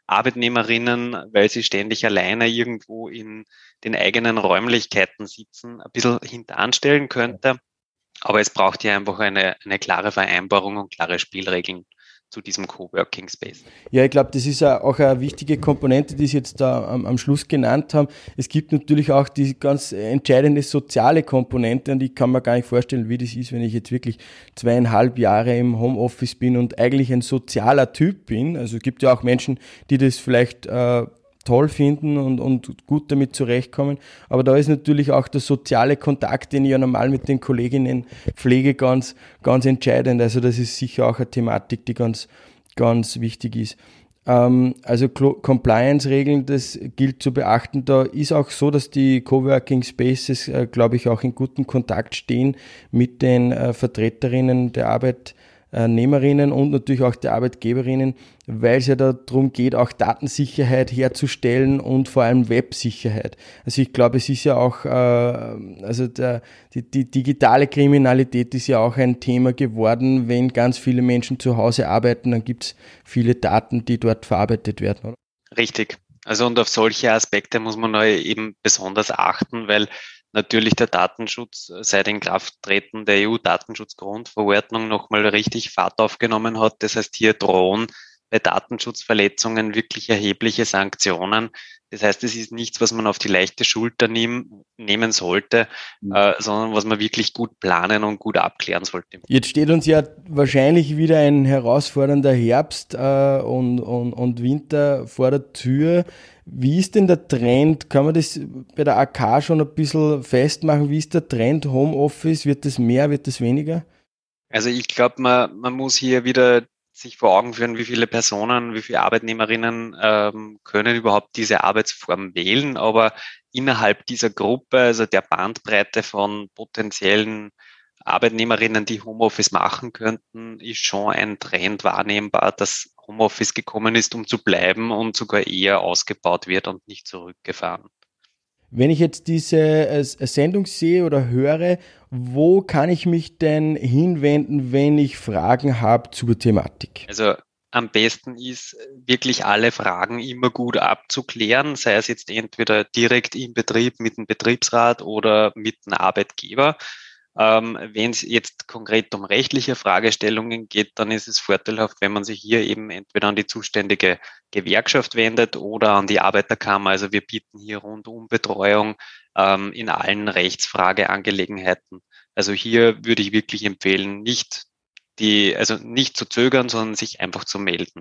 Arbeitnehmerinnen, weil sie ständig alleine irgendwo in den eigenen Räumlichkeiten sitzen, ein bisschen hinteranstellen könnte. Aber es braucht ja einfach eine, eine klare Vereinbarung und klare Spielregeln zu diesem Coworking Space. Ja, ich glaube, das ist auch eine wichtige Komponente, die Sie jetzt da am, am Schluss genannt haben. Es gibt natürlich auch die ganz entscheidende soziale Komponente und ich kann mir gar nicht vorstellen, wie das ist, wenn ich jetzt wirklich zweieinhalb Jahre im Homeoffice bin und eigentlich ein sozialer Typ bin. Also es gibt ja auch Menschen, die das vielleicht äh, toll finden und, und gut damit zurechtkommen. Aber da ist natürlich auch der soziale Kontakt, den ich ja normal mit den Kolleginnen pflege, ganz, ganz entscheidend. Also das ist sicher auch eine Thematik, die ganz, ganz wichtig ist. Ähm, also Compliance-Regeln, das gilt zu beachten. Da ist auch so, dass die Coworking Spaces, äh, glaube ich, auch in gutem Kontakt stehen mit den äh, Vertreterinnen der Arbeitnehmerinnen und natürlich auch der Arbeitgeberinnen, weil es ja darum geht, auch Datensicherheit herzustellen und vor allem Websicherheit. Also ich glaube, es ist ja auch, äh, also der, die, die digitale Kriminalität ist ja auch ein Thema geworden. Wenn ganz viele Menschen zu Hause arbeiten, dann gibt es viele Daten, die dort verarbeitet werden, oder? Richtig. Also und auf solche Aspekte muss man eben besonders achten, weil natürlich der Datenschutz seit Inkrafttreten der E U-Datenschutzgrundverordnung nochmal richtig Fahrt aufgenommen hat. Das heißt, hier drohen bei Datenschutzverletzungen wirklich erhebliche Sanktionen. Das heißt, es ist nichts, was man auf die leichte Schulter nehm, nehmen sollte, mhm. äh, sondern was man wirklich gut planen und gut abklären sollte. Jetzt steht uns ja wahrscheinlich wieder ein herausfordernder Herbst äh, und, und, und Winter vor der Tür. Wie ist denn der Trend? Kann man das bei der A K schon ein bisschen festmachen? Wie ist der Trend Homeoffice? Wird das mehr, wird das weniger? Also ich glaube, man, man muss hier wieder sich vor Augen führen, wie viele Personen, wie viele Arbeitnehmerinnen ähm, können überhaupt diese Arbeitsform wählen. Aber innerhalb dieser Gruppe, also der Bandbreite von potenziellen Arbeitnehmerinnen, die Homeoffice machen könnten, ist schon ein Trend wahrnehmbar, dass Homeoffice gekommen ist, um zu bleiben und sogar eher ausgebaut wird und nicht zurückgefahren. Wenn ich jetzt diese Sendung sehe oder höre, wo kann ich mich denn hinwenden, wenn ich Fragen habe zur Thematik? Also am besten ist wirklich alle Fragen immer gut abzuklären, sei es jetzt entweder direkt im Betrieb mit dem Betriebsrat oder mit dem Arbeitgeber. Ähm, wenn es jetzt konkret um rechtliche Fragestellungen geht, dann ist es vorteilhaft, wenn man sich hier eben entweder an die zuständige Gewerkschaft wendet oder an die Arbeiterkammer. Also wir bieten hier rundum Betreuung ähm, in allen Rechtsfrageangelegenheiten. Also hier würde ich wirklich empfehlen, nicht die, also nicht zu zögern, sondern sich einfach zu melden.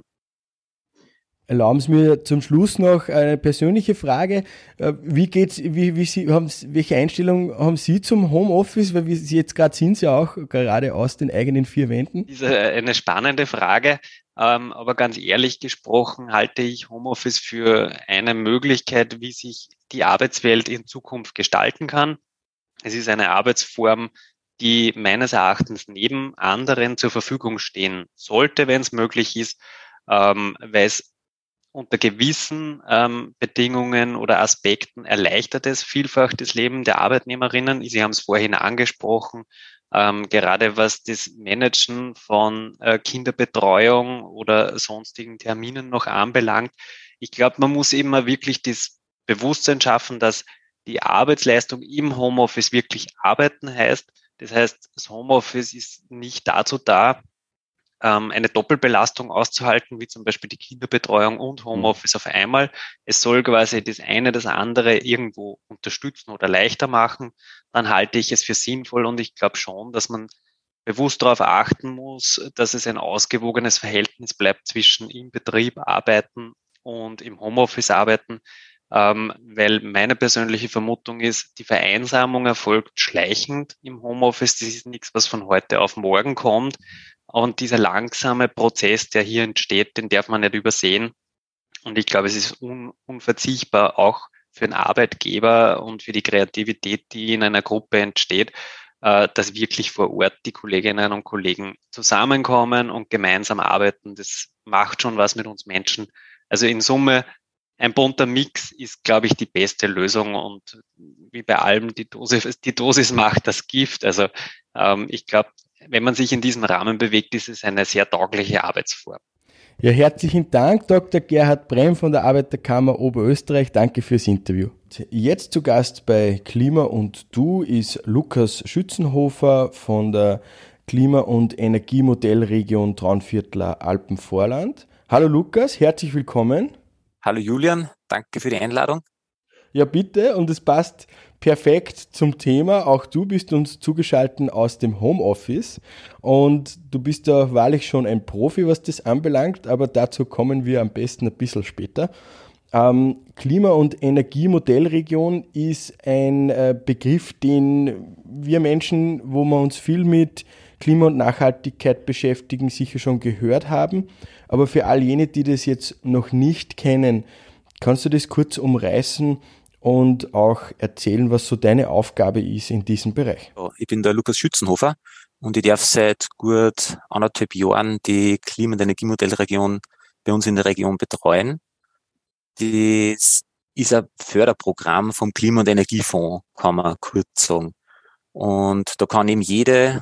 Erlauben Sie mir zum Schluss noch eine persönliche Frage. Wie geht's, wie, wie Sie, haben, welche Einstellung haben Sie zum Homeoffice? Weil Sie jetzt gerade sind Sie auch gerade aus den eigenen vier Wänden. Das ist eine spannende Frage. Aber ganz ehrlich gesprochen halte ich Homeoffice für eine Möglichkeit, wie sich die Arbeitswelt in Zukunft gestalten kann. Es ist eine Arbeitsform, die meines Erachtens neben anderen zur Verfügung stehen sollte, wenn es möglich ist, weil es unter gewissen ähm, Bedingungen oder Aspekten erleichtert es vielfach das Leben der Arbeitnehmerinnen. Sie haben es vorhin angesprochen, ähm, gerade was das Managen von äh, Kinderbetreuung oder sonstigen Terminen noch anbelangt. Ich glaube, man muss immer wirklich das Bewusstsein schaffen, dass die Arbeitsleistung im Homeoffice wirklich arbeiten heißt. Das heißt, das Homeoffice ist nicht dazu da, eine Doppelbelastung auszuhalten, wie zum Beispiel die Kinderbetreuung und Homeoffice auf einmal. Es soll quasi das eine das andere irgendwo unterstützen oder leichter machen. Dann halte ich es für sinnvoll und ich glaube schon, dass man bewusst darauf achten muss, dass es ein ausgewogenes Verhältnis bleibt zwischen im Betrieb arbeiten und im Homeoffice arbeiten, ähm, weil meine persönliche Vermutung ist, die Vereinsamung erfolgt schleichend im Homeoffice. Das ist nichts, was von heute auf morgen kommt. Und dieser langsame Prozess, der hier entsteht, den darf man nicht übersehen. Und ich glaube, es ist un- unverzichtbar auch für einen Arbeitgeber und für die Kreativität, die in einer Gruppe entsteht, äh, dass wirklich vor Ort die Kolleginnen und Kollegen zusammenkommen und gemeinsam arbeiten. Das macht schon was mit uns Menschen. Also in Summe, ein bunter Mix ist, glaube ich, die beste Lösung. Und wie bei allem, die Dosis, die Dosis macht das Gift. Also ähm, ich glaube, wenn man sich in diesem Rahmen bewegt, ist es eine sehr taugliche Arbeitsform. Ja, herzlichen Dank, Doktor Gerhard Brem von der Arbeiterkammer Oberösterreich. Danke fürs Interview. Jetzt zu Gast bei Klima und Du ist Lukas Schützenhofer von der Klima- und Energiemodellregion Traunviertler Alpenvorland. Hallo Lukas, herzlich willkommen. Hallo Julian, danke für die Einladung. Ja, bitte, und es passt perfekt zum Thema. Auch du bist uns zugeschaltet aus dem Homeoffice und du bist da wahrlich schon ein Profi, was das anbelangt, aber dazu kommen wir am besten ein bisschen später. Ähm, Klima- und Energiemodellregion ist ein äh, Begriff, den wir Menschen, wo wir uns viel mit Klima- und Nachhaltigkeit beschäftigen, sicher schon gehört haben. Aber für all jene, die das jetzt noch nicht kennen, kannst du das kurz umreißen und auch erzählen, was so deine Aufgabe ist in diesem Bereich? Ich bin der Lukas Schützenhofer und ich darf seit gut anderthalb Jahren die Klima- und Energiemodellregion bei uns in der Region betreuen. Das ist ein Förderprogramm vom Klima- und Energiefonds, kann man kurz sagen. Und da kann eben jede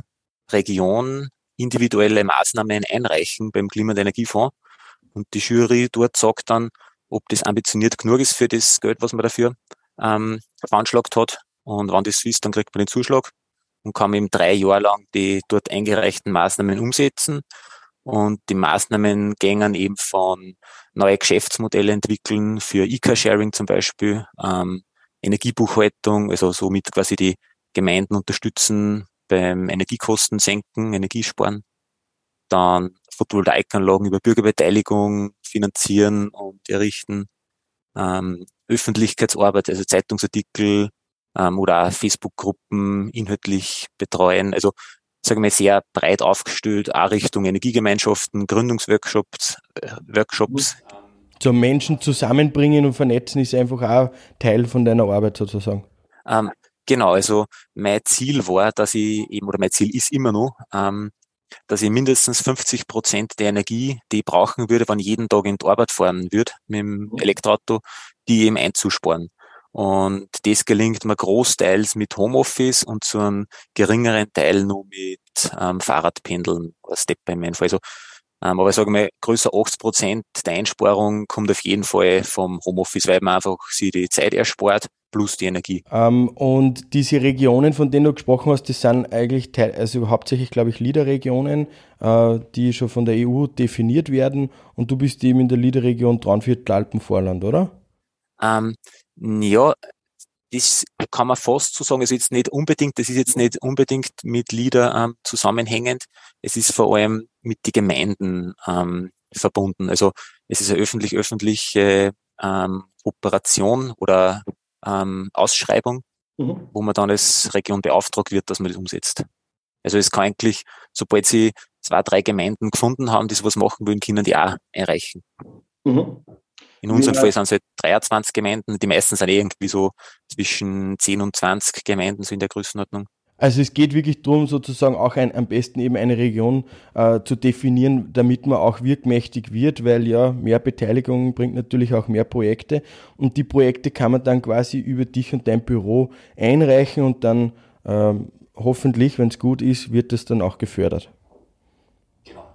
Region individuelle Maßnahmen einreichen beim Klima- und Energiefonds. Und die Jury dort sagt dann, ob das ambitioniert genug ist für das Geld, was man dafür ähm, veranschlagt hat. Und wenn das so ist, dann kriegt man den Zuschlag und kann eben drei Jahre lang die dort eingereichten Maßnahmen umsetzen. Und die Maßnahmen gängen eben von neue Geschäftsmodelle entwickeln für E-Car-Sharing zum Beispiel, ähm, Energiebuchhaltung, also somit quasi die Gemeinden unterstützen beim Energiekosten senken, Energiesparen. Dann Photovoltaikanlagen über Bürgerbeteiligung finanzieren und errichten, ähm, Öffentlichkeitsarbeit, also Zeitungsartikel ähm, oder auch Facebook-Gruppen inhaltlich betreuen. Also sagen wir sehr breit aufgestellt, auch Richtung Energiegemeinschaften, Gründungsworkshops, äh, Workshops. Zum Menschen zusammenbringen und vernetzen ist einfach auch Teil von deiner Arbeit sozusagen. Ähm, genau, also mein Ziel war, dass ich eben, oder mein Ziel ist immer noch, ähm, dass ich mindestens fünfzig Prozent der Energie, die ich brauchen würde, wenn ich jeden Tag in die Arbeit fahren würde mit dem Elektroauto, die eben einzusparen. Und das gelingt mir großteils mit Homeoffice und zu einem geringeren Teil nur mit ähm, Fahrradpendeln oder Stepper in meinem Fall. Also, ähm, aber ich sage mal, größer achtzig Prozent der Einsparung kommt auf jeden Fall vom Homeoffice, weil man einfach sich die Zeit erspart plus die Energie. Ähm, und diese Regionen, von denen du gesprochen hast, das sind eigentlich teil, also hauptsächlich, glaube ich, L I D A-Regionen, äh, die schon von der E U definiert werden. Und du bist eben in der L I D A-Region Traunviertler Alpenvorland, oder? Ähm, ja, das kann man fast so sagen. Also jetzt nicht unbedingt, das ist jetzt nicht unbedingt mit L I D A ähm, zusammenhängend. Es ist vor allem mit den Gemeinden ähm, verbunden. Also es ist eine öffentlich-öffentliche ähm, Operation oder ähm, Ausschreibung, mhm. wo man dann als Region beauftragt wird, dass man das umsetzt. Also es kann eigentlich, sobald sie zwei, drei Gemeinden gefunden haben, die sowas machen wollen, können die auch einreichen. Mhm. In unserem ja. Fall sind es halt dreiundzwanzig Gemeinden, die meisten sind eh irgendwie so zwischen zehn und zwanzig Gemeinden, so in der Größenordnung. Also es geht wirklich darum, sozusagen auch ein, am besten eben eine Region äh, zu definieren, damit man auch wirkmächtig wird, weil ja mehr Beteiligung bringt natürlich auch mehr Projekte und die Projekte kann man dann quasi über dich und dein Büro einreichen und dann ähm, hoffentlich, wenn es gut ist, wird das dann auch gefördert. Genau.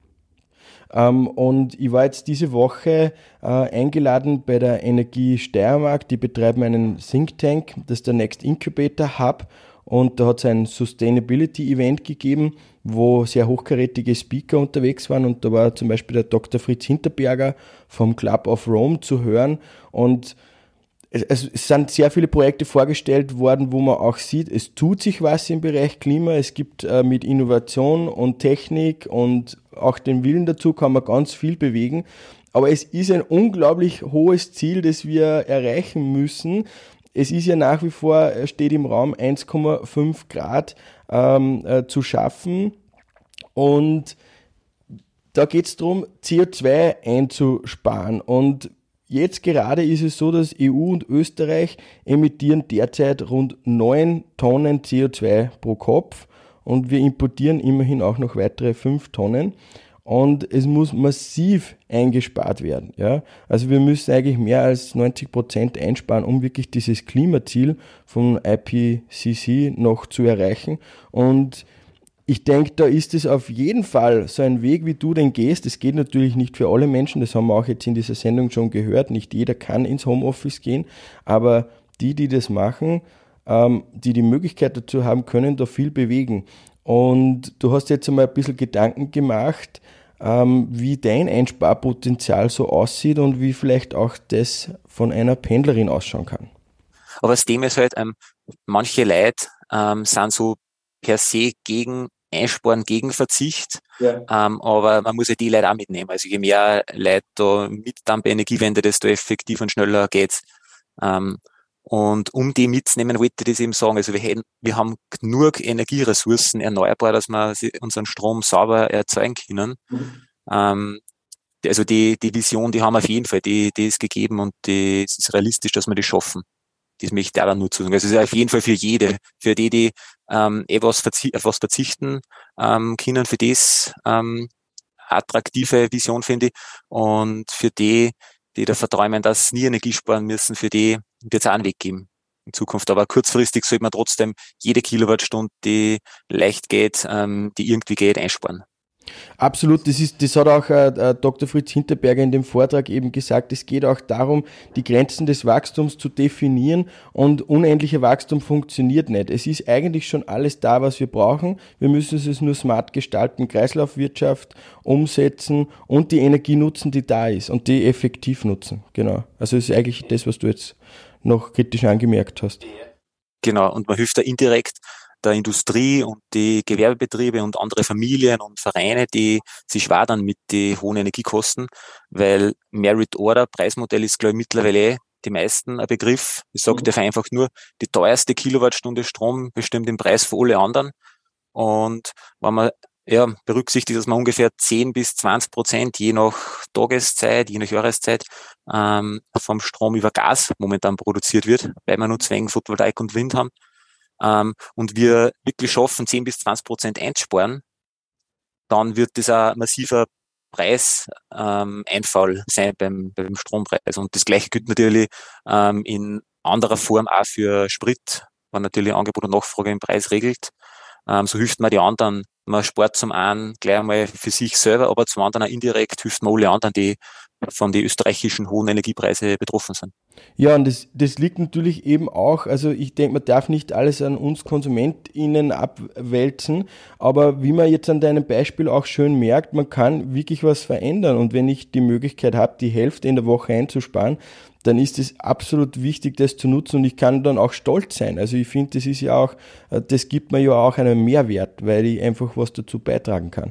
Ähm, und ich war jetzt diese Woche äh, eingeladen bei der Energie Steiermark, die betreiben einen Think Tank, das ist der Next Incubator Hub. Und da hat es ein Sustainability-Event gegeben, wo sehr hochkarätige Speaker unterwegs waren. Und da war zum Beispiel der Doktor Fritz Hinterberger vom Club of Rome zu hören. Und es, es sind sehr viele Projekte vorgestellt worden, wo man auch sieht, es tut sich was im Bereich Klima. Es gibt äh, mit Innovation und Technik und auch den Willen dazu kann man ganz viel bewegen. Aber es ist ein unglaublich hohes Ziel, das wir erreichen müssen. Es ist ja nach wie vor, steht im Raum eins Komma fünf Grad ähm, äh, zu schaffen und da geht es darum, C O zwei einzusparen und jetzt gerade ist es so, dass E U und Österreich emittieren derzeit rund neun Tonnen C O zwei pro Kopf und wir importieren immerhin auch noch weitere fünf Tonnen. Und es muss massiv eingespart werden. Ja? Also wir müssen eigentlich mehr als neunzig Prozent einsparen, um wirklich dieses Klimaziel von I P C C noch zu erreichen. Und ich denke, da ist es auf jeden Fall so ein Weg, wie du den gehst. Das geht natürlich nicht für alle Menschen, das haben wir auch jetzt in dieser Sendung schon gehört. Nicht jeder kann ins Homeoffice gehen, aber die, die das machen, ähm, die die Möglichkeit dazu haben, können da viel bewegen. Und du hast jetzt einmal ein bisschen Gedanken gemacht, ähm, wie dein Einsparpotenzial so aussieht und wie vielleicht auch das von einer Pendlerin ausschauen kann. Aber das Thema ist halt, ähm, manche Leute ähm, sind so per se gegen Einsparen, gegen Verzicht, ja. ähm, aber man muss ja die Leute auch mitnehmen. Also je mehr Leute da mit dann bei Energiewende, desto effektiver und schneller geht's. Ähm, und um die mitzunehmen, wollte ich das eben sagen. Also wir hätten, wir haben genug Energieressourcen erneuerbar, dass wir unseren Strom sauber erzeugen können. Mhm. Ähm, also die, die Vision, die haben wir auf jeden Fall, die, die ist gegeben und die, es ist realistisch, dass wir das schaffen. Das möchte ich auch nur zu sagen. Also es ist auf jeden Fall für jede, für die, die ähm, eh was verzi- auf was verzichten ähm, können, für das ähm, attraktive Vision, finde ich. Und für die, die da verträumen, dass sie nie Energie sparen müssen, für die wird es auch einen Weg geben in Zukunft. Aber kurzfristig sollte man trotzdem jede Kilowattstunde, die leicht geht, ähm, die irgendwie geht, einsparen. Absolut, das ist, das hat auch äh, Doktor Fritz Hinterberger in dem Vortrag eben gesagt, es geht auch darum, die Grenzen des Wachstums zu definieren und unendlicher Wachstum funktioniert nicht. Es ist eigentlich schon alles da, was wir brauchen. Wir müssen es nur smart gestalten, Kreislaufwirtschaft umsetzen und die Energie nutzen, die da ist und die effektiv nutzen. Genau. Also es ist eigentlich das, was du jetzt noch kritisch angemerkt hast. Genau, und man hilft da indirekt der Industrie und die Gewerbebetriebe und andere Familien und Vereine, die sich schwer dann mit den hohen Energiekosten, weil Merit Order, Preismodell ist, glaube ich, mittlerweile eh die meisten ein Begriff. Ich sage mhm. einfach nur, die teuerste Kilowattstunde Strom bestimmt den Preis für alle anderen. Und wenn man ja, berücksichtigt, dass man ungefähr zehn bis zwanzig Prozent je nach Tageszeit, je nach Jahreszeit ähm, vom Strom über Gas momentan produziert wird, weil wir nur Zwängen Photovoltaik und Wind haben, ähm, und wir wirklich schaffen, zehn bis zwanzig Prozent einzusparen, dann wird das ein massiver Preiseinfall ähm, sein beim, beim Strompreis. Und das Gleiche gilt natürlich ähm, in anderer Form auch für Sprit, wenn natürlich Angebot und Nachfrage im Preis regelt. Ähm, so hilft man die anderen. Man spart zum einen gleich einmal für sich selber, aber zum anderen auch indirekt hilft man alle anderen, die von den österreichischen hohen Energiepreisen betroffen sind. Ja, und das, das liegt natürlich eben auch, also ich denke, man darf nicht alles an uns KonsumentInnen abwälzen, aber wie man jetzt an deinem Beispiel auch schön merkt, man kann wirklich was verändern und wenn ich die Möglichkeit habe, die Hälfte in der Woche einzusparen, dann ist es absolut wichtig, das zu nutzen und ich kann dann auch stolz sein. Also ich finde, das ist ja auch, das gibt mir ja auch einen Mehrwert, weil ich einfach was dazu beitragen kann.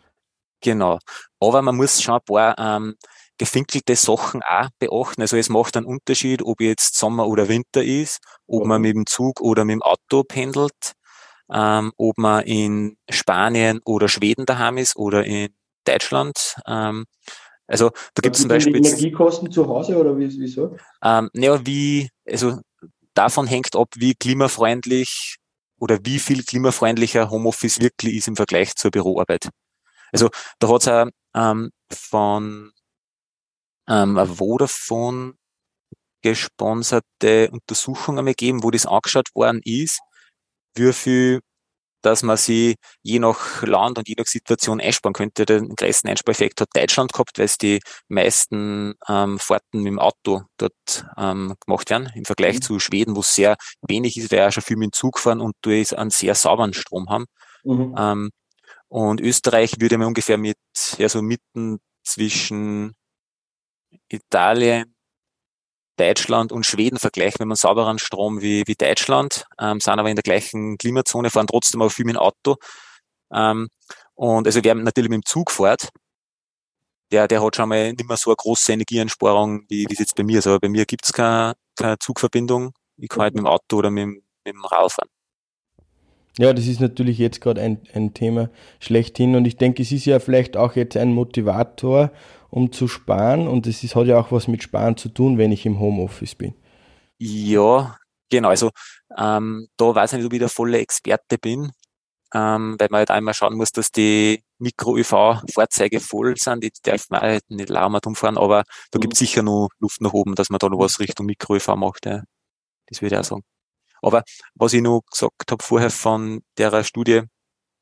Genau, aber man muss schon ein paar ähm, gefinkelte Sachen auch beachten. Also es macht einen Unterschied, ob jetzt Sommer oder Winter ist, ob man mit dem Zug oder mit dem Auto pendelt, ähm, ob man in Spanien oder Schweden daheim ist oder in Deutschland. Ähm, also da gibt es zum Beispiel... Die Energiekosten zu Hause oder wieso? Ähm, naja, wie, also davon hängt ab, wie klimafreundlich oder wie viel klimafreundlicher Homeoffice wirklich ist im Vergleich zur Büroarbeit. Also da hat es auch ähm, von ähm, eine Vodafone gesponserte Untersuchung einmal gegeben, wo das angeschaut worden ist, wie viel, dass man sie je nach Land und je nach Situation einsparen könnte. Den größten Einspareffekt hat Deutschland gehabt, weil es die meisten ähm, Fahrten mit dem Auto dort ähm, gemacht werden, im Vergleich mhm. zu Schweden, wo es sehr wenig ist, weil auch schon viel mit dem Zug fahren und du einen sehr sauberen Strom haben. Mhm. Ähm, und Österreich würde man ungefähr mit, ja, so mitten zwischen Italien, Deutschland und Schweden vergleichen, wenn man sauberen Strom wie, wie Deutschland, ähm, sind aber in der gleichen Klimazone, fahren trotzdem auch viel mit dem Auto. Ähm, und also wer natürlich mit dem Zug fährt, der, der hat schon mal nicht mehr so eine große Energieeinsparung, wie, wie es jetzt bei mir ist. Aber bei mir gibt's keine, keine Zugverbindung. Ich kann halt mit dem Auto oder mit, mit dem Rad fahren. Ja, das ist natürlich jetzt gerade ein, ein Thema schlechthin und ich denke, es ist ja vielleicht auch jetzt ein Motivator, um zu sparen und es ist, hat ja auch was mit Sparen zu tun, wenn ich im Homeoffice bin. Ja, genau, also ähm, da weiß ich nicht, ob ich der volle Experte bin, ähm, weil man halt einmal schauen muss, dass die Mikro-Ö V-Fahrzeuge voll sind, die darf man halt nicht lauernd umfahren, aber da mhm. gibt es sicher noch Luft nach oben, dass man da noch was Richtung Mikro-Ö V macht, ja. Das würde ich auch sagen. Aber was ich noch gesagt habe vorher von der Studie,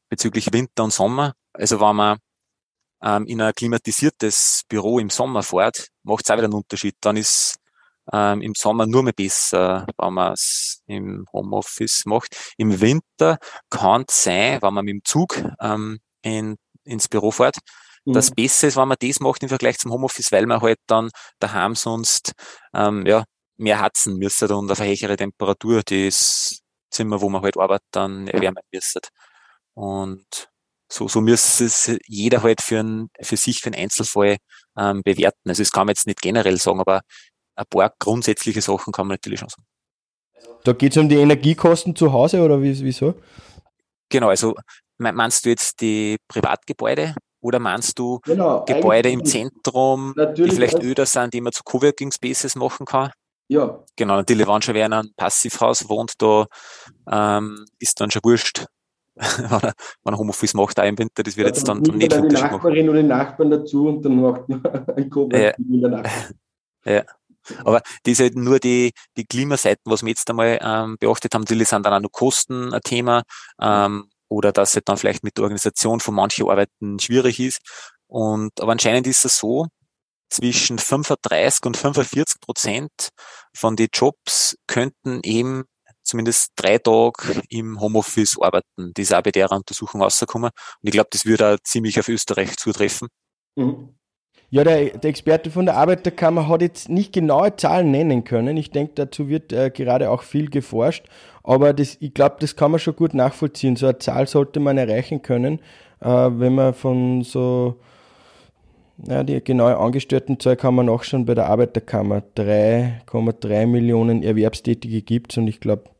bezüglich Winter und Sommer. Also wenn man ähm, in ein klimatisiertes Büro im Sommer fährt, macht es auch wieder einen Unterschied. Dann ist ähm, im Sommer nur mehr besser, wenn man es im Homeoffice macht. Im Winter kann es sein, wenn man mit dem Zug ähm, in, ins Büro fährt, mhm. das Beste ist, wenn man das macht im Vergleich zum Homeoffice, weil man halt dann daheim sonst ähm, ja, mehr heizen müsste und auf eine höhere Temperatur das Zimmer, wo man halt arbeitet, dann erwärmen müsste. Und so, so müsste es jeder halt für, ein, für sich, für einen Einzelfall ähm, bewerten. Also das kann man jetzt nicht generell sagen, aber ein paar grundsätzliche Sachen kann man natürlich schon sagen. Da geht es um die Energiekosten zu Hause oder wie, wieso? Genau, also meinst du jetzt die Privatgebäude oder meinst du genau, Gebäude im Zentrum, die vielleicht öder sind, die man zu Coworking Spaces machen kann? Ja. Genau, natürlich, wenn schon wer in einem Passivhaus wohnt, da ähm, ist dann schon wurscht, wenn er, wenn er Homeoffice macht, auch im Winter, das wird ja, jetzt dann, dann nicht viel Unterschied machen. Die Nachbarin oder den Nachbarn dazu und dann macht man ein Coworking ja. in der Nacht. Ja. Aber das ist halt nur die, die Klimaseiten, was wir jetzt einmal ähm, beachtet haben, natürlich sind dann auch noch Kosten ein Thema ähm, oder dass es dann vielleicht mit der Organisation von manchen Arbeiten schwierig ist. Und aber anscheinend ist es so, zwischen fünfunddreißig und fünfundvierzig Prozent von den Jobs könnten eben zumindest drei Tage im Homeoffice arbeiten. Das ist auch bei der Untersuchung rausgekommen. Und ich glaube, das würde auch ziemlich auf Österreich zutreffen. Mhm. Ja, der, der Experte von der Arbeiterkammer hat jetzt nicht genaue Zahlen nennen können. Ich denke, dazu wird äh, gerade auch viel geforscht. Aber das, ich glaube, das kann man schon gut nachvollziehen. So eine Zahl sollte man erreichen können, äh, wenn man von so, ja, die genaue Angestelltenzahl kann man nachschauen bei der Arbeiterkammer. drei Komma drei Millionen Erwerbstätige gibt es und ich glaube,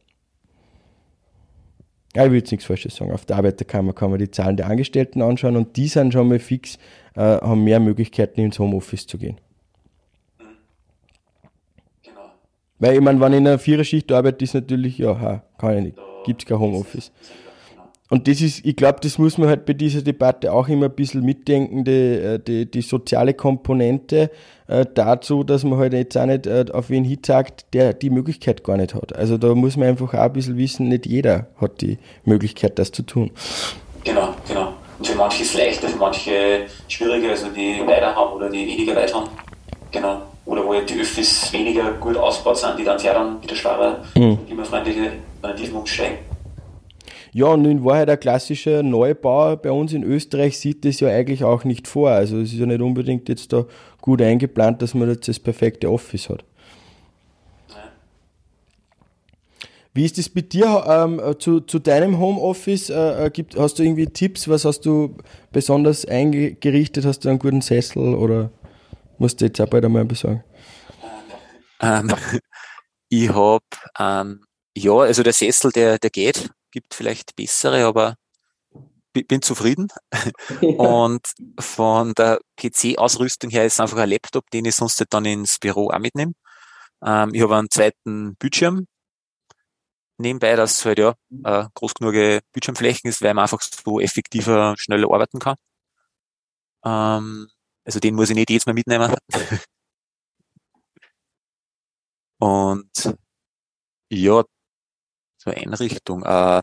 ja, ich will jetzt nichts Falsches sagen. Auf der Arbeiterkammer kann man die Zahlen der Angestellten anschauen und die sind schon mal fix, äh, haben mehr Möglichkeiten ins Homeoffice zu gehen. Genau. Weil ich meine, wenn ich in einer Viererschicht arbeite, ist natürlich, ja, ha, kann ich nicht, gibt es kein Homeoffice. Und das ist, ich glaube, das muss man halt bei dieser Debatte auch immer ein bisschen mitdenken, die, die, die soziale Komponente äh, dazu, dass man halt jetzt auch nicht äh, auf wen hinzeigt, der die Möglichkeit gar nicht hat. Also da muss man einfach auch ein bisschen wissen, nicht jeder hat die Möglichkeit, das zu tun. Genau, genau. Und für manche ist es leichter, für manche schwieriger, also die weiter haben oder die weniger weit haben. Genau. Oder wo die Öffis weniger gut ausgebaut sind, die dann sehr dann wieder schwerer, mhm. klimafreundliche Alternativen umsteigen. Ja, und in Wahrheit der klassische Neubau bei uns in Österreich sieht das ja eigentlich auch nicht vor. Also es ist ja nicht unbedingt jetzt da gut eingeplant, dass man jetzt das perfekte Office hat. Ja. Wie ist das bei dir ähm, zu, zu deinem Homeoffice? Äh, gibt, hast du irgendwie Tipps? Was hast du besonders eingerichtet? Hast du einen guten Sessel oder musst du jetzt auch bald einmal besorgen? Ähm, ich habe, ähm, ja, also der Sessel, der, der geht. Gibt vielleicht bessere, aber bin zufrieden. Ja. Und von der P C-Ausrüstung her ist es einfach ein Laptop, den ich sonst dann ins Büro auch mitnehme. Ähm, ich habe einen zweiten Bildschirm nebenbei, dass halt ja äh, groß genug Bildschirmflächen ist, weil man einfach so effektiver, schneller arbeiten kann. Ähm, also den muss ich nicht jedes Mal mitnehmen. Und ja, so Einrichtung. Äh,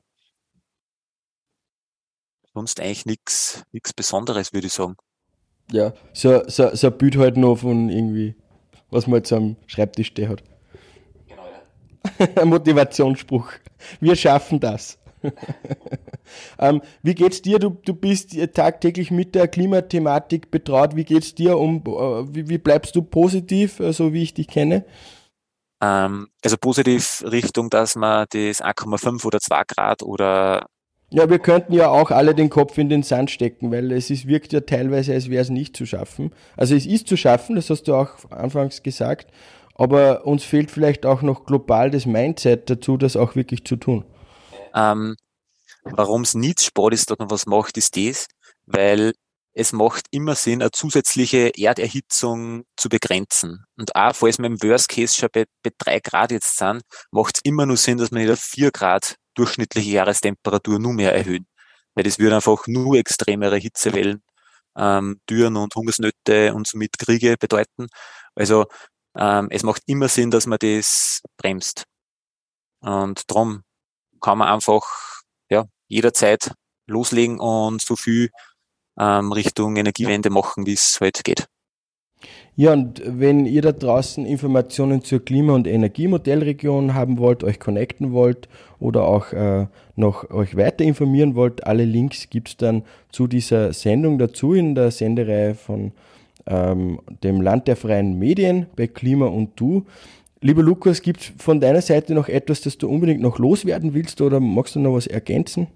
sonst eigentlich nichts nichts Besonderes, würde ich sagen. Ja, so, so, so ein Bild halt noch von irgendwie, was man jetzt am Schreibtisch stehen hat. Genau, ja. Ein Motivationsspruch. Wir schaffen das. ähm, wie geht's dir? Du, du bist tagtäglich mit der Klimathematik betraut. Wie geht's dir um, äh, wie, wie bleibst du positiv, äh, so wie ich dich kenne? Ähm, also positiv Richtung, dass man das eins Komma fünf oder zwei Grad oder... Ja, wir könnten ja auch alle den Kopf in den Sand stecken, weil es ist, wirkt ja teilweise, als wäre es nicht zu schaffen. Also es ist zu schaffen, das hast du auch anfangs gesagt, aber uns fehlt vielleicht auch noch global das Mindset dazu, das auch wirklich zu tun. Ähm, warum es nicht Sport ist, dass man was macht, ist das, weil es macht immer Sinn, eine zusätzliche Erderhitzung zu begrenzen. Und auch, falls wir im Worst Case schon bei, bei drei Grad jetzt sind, macht es immer nur Sinn, dass wir nicht auf vier Grad durchschnittliche Jahrestemperatur nur mehr erhöhen. Weil das würde einfach nur extremere Hitzewellen, ähm, Dürren und Hungersnöte und somit Kriege bedeuten. Also ähm, es macht immer Sinn, dass man das bremst. Und darum kann man einfach ja jederzeit loslegen und so viel ähm, Richtung Energiewende machen, wie es halt geht. Ja, und wenn ihr da draußen Informationen zur Klima- und Energiemodellregion haben wollt, euch connecten wollt oder auch äh, noch euch weiter informieren wollt, alle Links gibt es dann zu dieser Sendung dazu in der Sendereihe von ähm, dem Land der freien Medien bei Klima und Du. Lieber Lukas, gibt es von deiner Seite noch etwas, das du unbedingt noch loswerden willst oder magst du noch was ergänzen?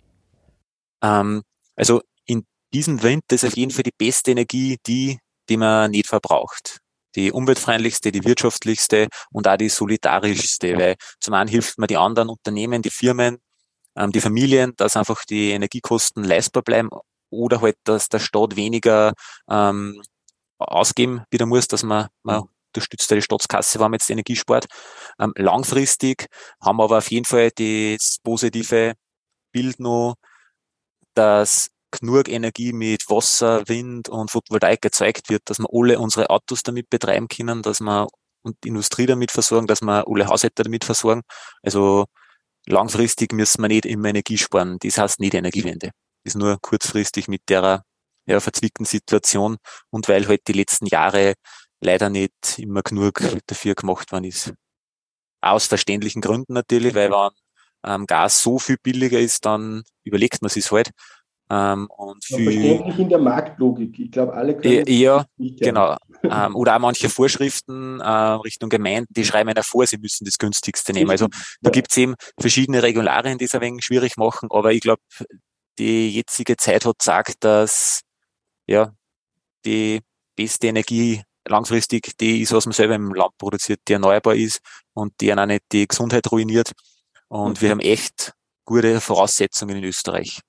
Ähm, also in diesem Winter ist auf jeden Fall die beste Energie die, die man nicht verbraucht. Die umweltfreundlichste, die wirtschaftlichste und auch die solidarischste, weil zum einen hilft man die anderen Unternehmen, die Firmen, ähm, die Familien, dass einfach die Energiekosten leistbar bleiben oder halt, dass der Staat weniger ähm, ausgeben wieder muss, dass man, man unterstützt die Staatskasse, wenn man jetzt Energie spart. Ähm, langfristig haben wir aber auf jeden Fall das positive Bild noch, dass genug Energie mit Wasser, Wind und Photovoltaik erzeugt wird, dass wir alle unsere Autos damit betreiben können, dass wir und die Industrie damit versorgen, dass wir alle Haushalte damit versorgen. Also langfristig müssen wir nicht immer Energie sparen. Das heißt nicht Energiewende. Das ist nur kurzfristig mit der ja, verzwickten Situation und weil halt die letzten Jahre leider nicht immer genug dafür gemacht worden ist. Aus verständlichen Gründen natürlich, weil wenn ähm, Gas so viel billiger ist, dann überlegt man sich halt. Ähm, und ja, viel, verständlich in der Marktlogik. Ich glaube, alle können äh, ja, nicht genau. ähm, oder auch manche Vorschriften äh, Richtung Gemeinden, die schreiben einer vor, sie müssen das günstigste nehmen. Also da gibt es eben verschiedene Regularien, die es ein wenig schwierig machen, aber ich glaube, die jetzige Zeit hat gesagt, dass ja die beste Energie langfristig die ist, was man selber im Land produziert, die erneuerbar ist und die auch nicht die Gesundheit ruiniert. Und wir haben echt gute Voraussetzungen in Österreich.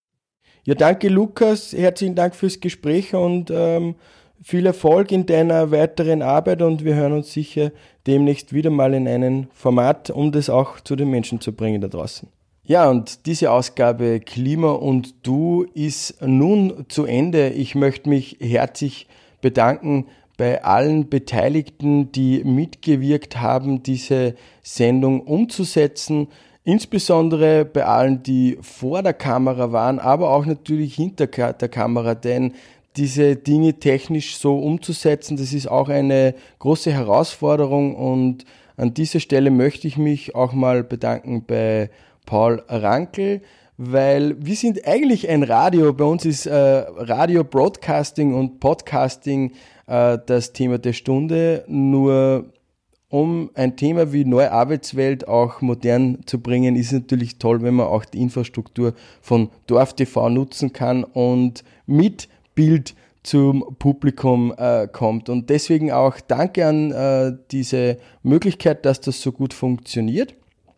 Ja, danke Lukas, herzlichen Dank fürs Gespräch und ähm, viel Erfolg in deiner weiteren Arbeit und wir hören uns sicher demnächst wieder mal in einem Format, um das auch zu den Menschen zu bringen da draußen. Ja, und diese Ausgabe Klima und Du ist nun zu Ende. Ich möchte mich herzlich bedanken bei allen Beteiligten, die mitgewirkt haben, diese Sendung umzusetzen. Insbesondere bei allen, die vor der Kamera waren, aber auch natürlich hinter der Kamera, denn diese Dinge technisch so umzusetzen, das ist auch eine große Herausforderung und an dieser Stelle möchte ich mich auch mal bedanken bei Paul Rankel, weil wir sind eigentlich ein Radio, bei uns ist äh, Radio, Broadcasting und Podcasting äh, das Thema der Stunde, nur um ein Thema wie neue Arbeitswelt auch modern zu bringen, ist natürlich toll, wenn man auch die Infrastruktur von Dorf T V nutzen kann und mit Bild zum Publikum äh, kommt. Und deswegen auch danke an äh, diese Möglichkeit, dass das so gut funktioniert.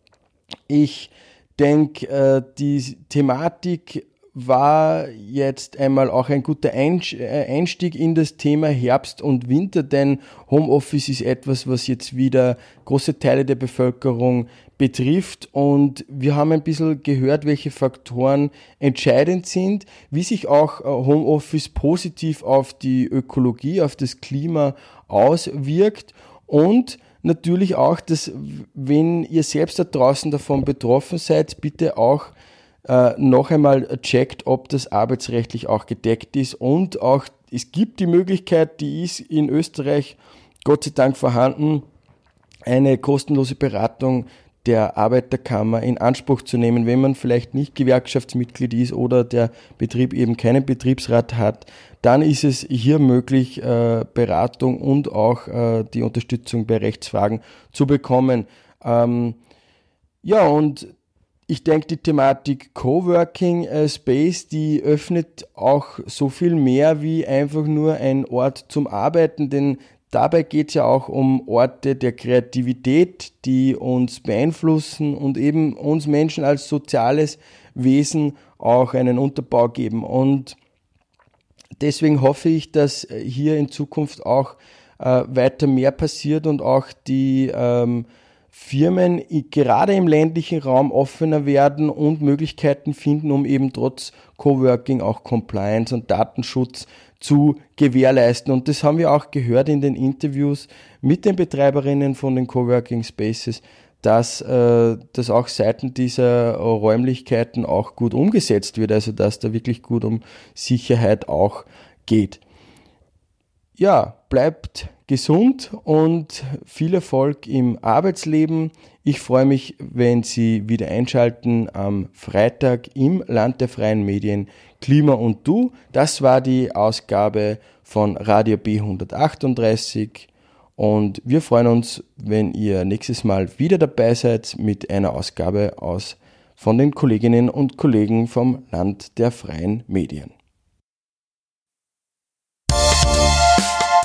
Ich denke, äh, die Thematik war jetzt einmal auch ein guter Einstieg in das Thema Herbst und Winter, denn Homeoffice ist etwas, was jetzt wieder große Teile der Bevölkerung betrifft und wir haben ein bisschen gehört, welche Faktoren entscheidend sind, wie sich auch Homeoffice positiv auf die Ökologie, auf das Klima auswirkt und natürlich auch, dass wenn ihr selbst da draußen davon betroffen seid, bitte auch äh, noch einmal checkt, ob das arbeitsrechtlich auch gedeckt ist und auch, es gibt die Möglichkeit, die ist in Österreich Gott sei Dank vorhanden, eine kostenlose Beratung der Arbeiterkammer in Anspruch zu nehmen, wenn man vielleicht nicht Gewerkschaftsmitglied ist oder der Betrieb eben keinen Betriebsrat hat, dann ist es hier möglich, äh, Beratung und auch äh, die Unterstützung bei Rechtsfragen zu bekommen. Ähm, ja, und ich denke, die Thematik Coworking äh, Space, die öffnet auch so viel mehr wie einfach nur ein Ort zum Arbeiten, denn dabei geht es ja auch um Orte der Kreativität, die uns beeinflussen und eben uns Menschen als soziales Wesen auch einen Unterbau geben. Und deswegen hoffe ich, dass hier in Zukunft auch äh, weiter mehr passiert und auch die ähm, Firmen gerade im ländlichen Raum offener werden und Möglichkeiten finden, um eben trotz Coworking auch Compliance und Datenschutz zu gewährleisten. Und das haben wir auch gehört in den Interviews mit den Betreiberinnen von den Coworking Spaces, dass äh, das auch seitens dieser Räumlichkeiten auch gut umgesetzt wird, also dass da wirklich gut um Sicherheit auch geht. Ja, bleibt gesund und viel Erfolg im Arbeitsleben. Ich freue mich, wenn Sie wieder einschalten am Freitag im Land der freien Medien Klima und Du. Das war die Ausgabe von Radio B hundertachtunddreißig und wir freuen uns, wenn ihr nächstes Mal wieder dabei seid mit einer Ausgabe aus von den Kolleginnen und Kollegen vom Land der freien Medien.